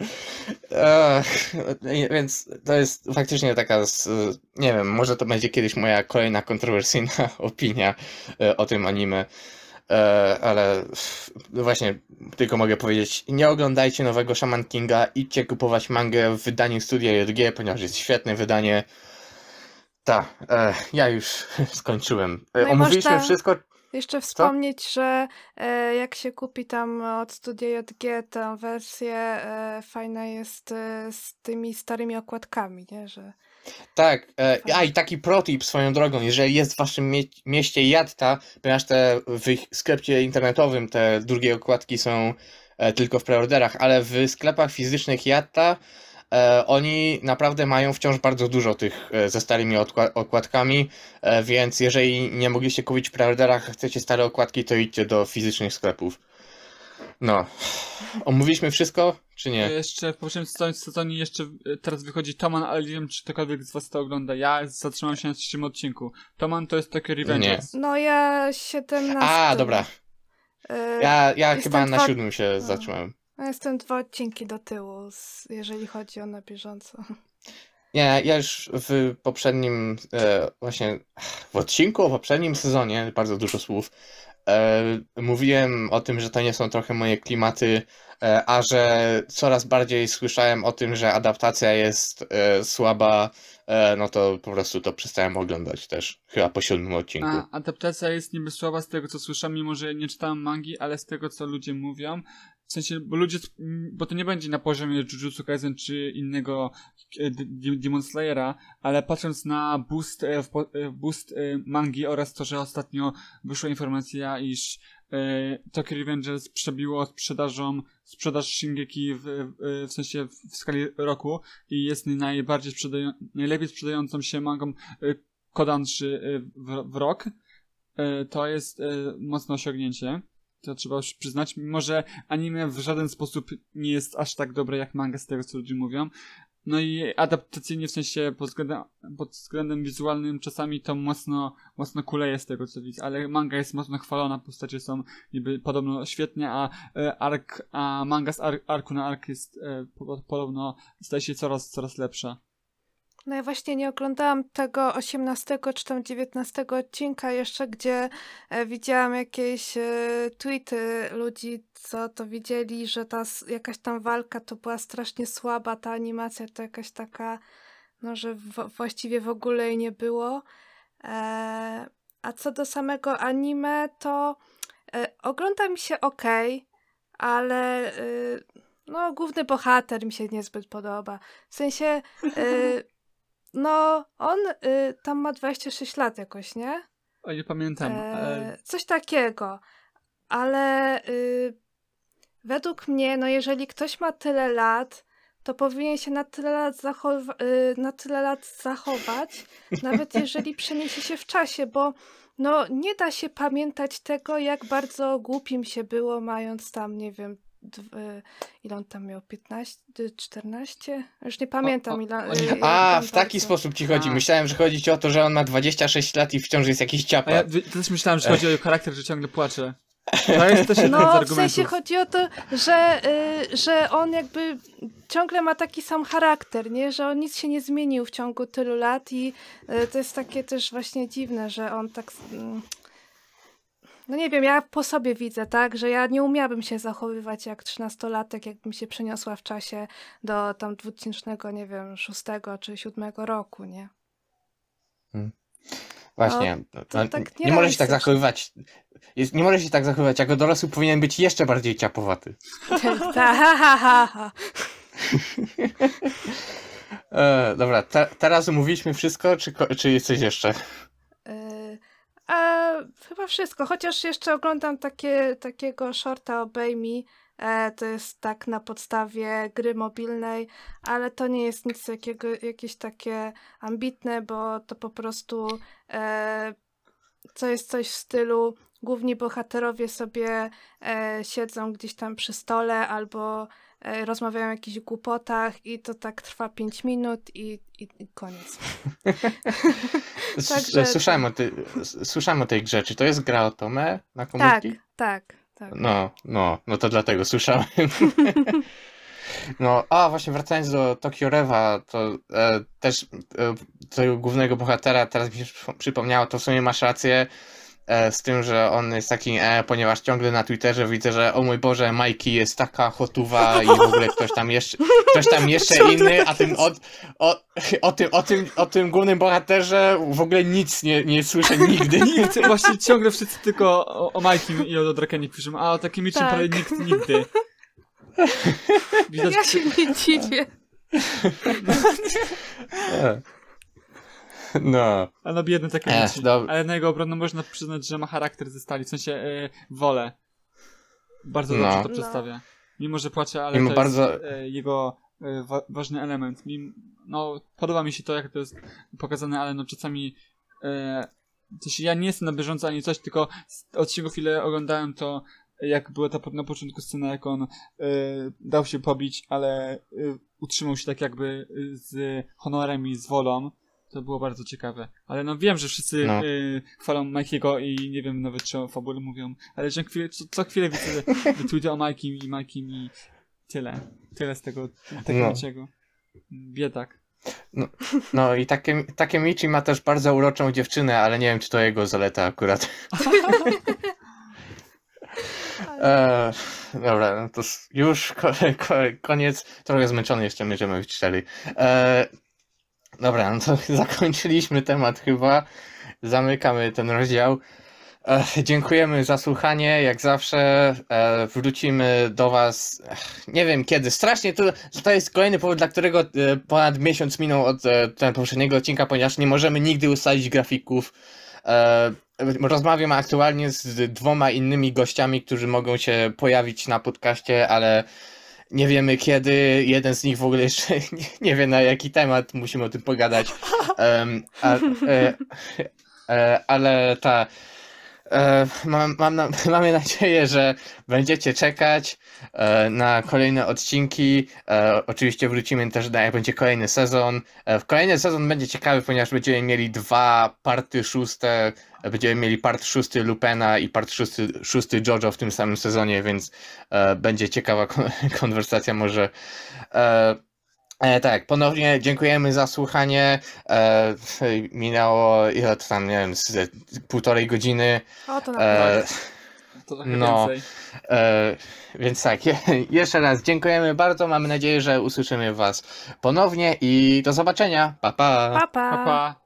Ech, więc to jest faktycznie taka, z, nie wiem, może to będzie kiedyś moja kolejna kontrowersyjna opinia e, o tym anime. E, ale no właśnie, tylko mogę powiedzieć, nie oglądajcie nowego Shaman Kinga, idźcie kupować mangę w wydaniu Studia J G, ponieważ jest świetne wydanie. Tak, e, ja już skończyłem. E, No i omówiliśmy można- wszystko. Jeszcze wspomnieć, że e, jak się kupi tam od Studia J G tę wersję, e, fajna jest e, z tymi starymi okładkami, nie? Że Tak, e, Fajnie. a i taki protip swoją drogą, jeżeli jest w waszym mie mieście Jatta, ponieważ te w ich sklepie internetowym te drugie okładki są e, tylko w preorderach, ale w sklepach fizycznych Jatta e, oni naprawdę mają wciąż bardzo dużo tych e, ze starymi odkła- okładkami, e, więc jeżeli nie mogliście kupić w preorderach, a chcecie stare okładki, to idźcie do fizycznych sklepów. No, omówiliśmy wszystko, czy nie? Jeszcze w poprzednim sezonie, sezonie jeszcze e, teraz wychodzi Toman, ale nie wiem, czy ktokolwiek z was to ogląda. Ja zatrzymałem się na trzecim odcinku. Toman to jest Tokyo Revengers. no ja siedemnaście. A, dobra, E, ja, ja Jestem chyba na dwa- siódmym się no. zatrzymałem. ja jestem dwa odcinki do tyłu, z, jeżeli chodzi o na bieżąco. Nie, ja już w poprzednim, e, właśnie w odcinku o poprzednim sezonie, bardzo dużo słów, e, mówiłem o tym, że to nie są trochę moje klimaty, e, a że coraz bardziej słyszałem o tym, że adaptacja jest e, słaba, e, no to po prostu to przestałem oglądać też, chyba po siódmym odcinku. A adaptacja jest niby słaba z tego, co słyszałem, mimo że nie czytałem mangi, ale z tego, co ludzie mówią. W sensie, bo ludzie, bo to nie będzie na poziomie Jujutsu Kaisen czy innego e, D- Demon Slayera, ale patrząc na boost, e, w po- e, boost e, mangi oraz to, że ostatnio wyszła informacja, iż e, Tokyo Revengers przebiło sprzedażą sprzedaż Shingeki w, w, w sensie w, w skali roku i jest najbardziej sprzedają, najlepiej sprzedającą się mangą e, Kodanshy e, w, w rok. E, to jest e, mocne osiągnięcie. To trzeba już przyznać, mimo że anime w żaden sposób nie jest aż tak dobre jak manga z tego, co ludzie mówią. No i adaptacyjnie, w sensie pod względem, pod względem wizualnym czasami to mocno, mocno kuleje z tego, co widzę, ale manga jest mocno chwalona, postacie są niby podobno świetnie, a e, ark, a manga z ar, arku na ark jest e, po, podobno staje się coraz, coraz lepsza. No ja właśnie nie oglądałam tego osiemnastego czy tam dziewiętnastego odcinka jeszcze, gdzie e, widziałam jakieś e, tweety ludzi, co to widzieli, że ta s- jakaś tam walka to była strasznie słaba, ta animacja to jakaś taka, no że w- właściwie w ogóle jej nie było. E, a co do samego anime, to e, ogląda mi się okej, ale e, no główny bohater mi się niezbyt podoba. W sensie e, no, on y, tam ma dwadzieścia sześć lat jakoś, nie? O, nie pamiętam. E, E, coś takiego. Ale y, według mnie, no jeżeli ktoś ma tyle lat, to powinien się na tyle lat, zachowa- y, na tyle lat zachować, nawet jeżeli przeniesie się w czasie, bo no nie da się pamiętać tego, jak bardzo głupim się było, mając tam, nie wiem, dw- y, ile on tam miał, piętnaście, czternaście? Już nie pamiętam, o, ile. o, y, jak A, tam w taki bardzo. sposób ci chodzi. A. Myślałem, że chodzi ci o to, że on ma dwadzieścia sześć lat i wciąż jest jakiś a ciapa. ja wy- też myślałem, że chodzi o jego charakter, że ciągle płacze. To jest też jeden z No, w argumentów. sensie chodzi o to, że, y, że on jakby ciągle ma taki sam charakter, nie? Że on nic się nie zmienił w ciągu tylu lat i y, to jest takie też właśnie dziwne, że on tak... mm, no nie wiem, ja po sobie widzę, tak? Że ja nie umiałabym się zachowywać jak trzynastolatek, jakbym się przeniosła w czasie do tam dwutysięcznego, nie wiem, szóstego czy siódmego roku, nie? Właśnie. to No, tak nie może się tak nierealistyczne. zachowywać. Jest, nie może się tak zachowywać. Jako dorosły powinien być jeszcze bardziej ciapowaty. Ta, ha, ha, ha, ha. E, dobra, te, teraz omówiliśmy wszystko, czy, ko- czy jest coś jeszcze? Y, chyba wszystko, chociaż jeszcze oglądam takie, takiego shorta Obey e, to jest tak na podstawie gry mobilnej, ale to nie jest nic jakiego, jakieś takie ambitne, bo to po prostu e, to jest coś w stylu główni bohaterowie sobie e, siedzą gdzieś tam przy stole albo e, rozmawiają o jakichś głupotach i to tak trwa pięć minut i, i, i koniec. S- Także- Słyszałem o, ty, s- słyszałem o tej grze. Czy to jest gra o Tomę na Tak, komórki? tak, tak. No, no, no to dlatego słyszałem. No, a właśnie wracając do Tokio Rewa, to e, też e, tego głównego bohatera teraz mi się przypo- przypomniało, to w sumie masz rację e, z tym, że on jest taki, e, ponieważ ciągle na Twitterze widzę, że o mój Boże, Majki jest taka hotuwa i w ogóle ktoś tam jeszcze, ktoś tam jeszcze Ciągle inny, a tak tym jest. o, o, o, tym, o, tym, o tym głównym bohaterze w ogóle nic nie, nie słyszę nigdy. Nikt, właśnie ciągle wszyscy tylko o, o Majkim i o Drakenie piszą, a o takim niczym Tak. prawie nikt nigdy. Widać, Ja się nie dziwię. E. No, a no biedny taki Ech, Michi. dob- Ale na jego obronę można przyznać, że ma charakter ze stali, w sensie e, wolę. Bardzo No. dobrze to No. przedstawia. Mimo, że płacze, ale Mimo to bardzo- jest e, jego e, wa- ważny element. Mim, no, podoba mi się to, jak to jest pokazane, ale no czasami e, coś, ja nie jestem na bieżąco ani coś, tylko z odcinku chwilę oglądałem to, jak była ta po- na początku scena, jak on e, dał się pobić, ale e, utrzymał się tak jakby e, z honorem i z wolą. To było bardzo ciekawe. Ale no wiem, że wszyscy No. y, chwalą Mikey'ego i nie wiem nawet, czy o fabule mówią, ale że chwilę, co, co chwilę widzę tweety o Mikey'im i Mikey'im i tyle. Tyle z tego, tego No. niczego. Biedak. no i takie, takie Michi ma też bardzo uroczą dziewczynę, ale nie wiem, czy to jego zaleta akurat. E, dobra, no to s- już ko, ko, koniec. Trochę zmęczony jeszcze będziemy być cztery. E, dobra, no to zakończyliśmy temat chyba. Zamykamy ten rozdział. E, dziękujemy za słuchanie, jak zawsze. E, wrócimy do Was, ech, nie wiem kiedy, strasznie, to, to jest kolejny powód, dla którego e, ponad miesiąc minął od e, tego poprzedniego odcinka, ponieważ nie możemy nigdy ustalić grafików. E, rozmawiam aktualnie z dwoma innymi gościami, którzy mogą się pojawić na podcaście, ale nie wiemy kiedy. Jeden z nich w ogóle jeszcze nie, nie wie na jaki temat, musimy o tym pogadać. Em, a, e, e, ale ta. E, mam, mam na, mamy nadzieję, że będziecie czekać e, na kolejne odcinki. E, oczywiście wrócimy też, na, jak będzie kolejny sezon. E, kolejny sezon będzie ciekawy, ponieważ będziemy mieli dwa party szóste. e, Będziemy mieli part szósty Lupena i part szósty, szósty Jojo w tym samym sezonie, więc e, będzie ciekawa kon- konwersacja może. E, E, tak, ponownie dziękujemy za słuchanie. E, minęło ile to tam, nie wiem, z, z półtorej godziny. O, to naprawdę. E, To trochę No. więcej. e, więc tak, je, jeszcze raz dziękujemy bardzo. Mamy nadzieję, że usłyszymy Was ponownie i do zobaczenia. Pa, pa. Pa, pa. Pa, pa.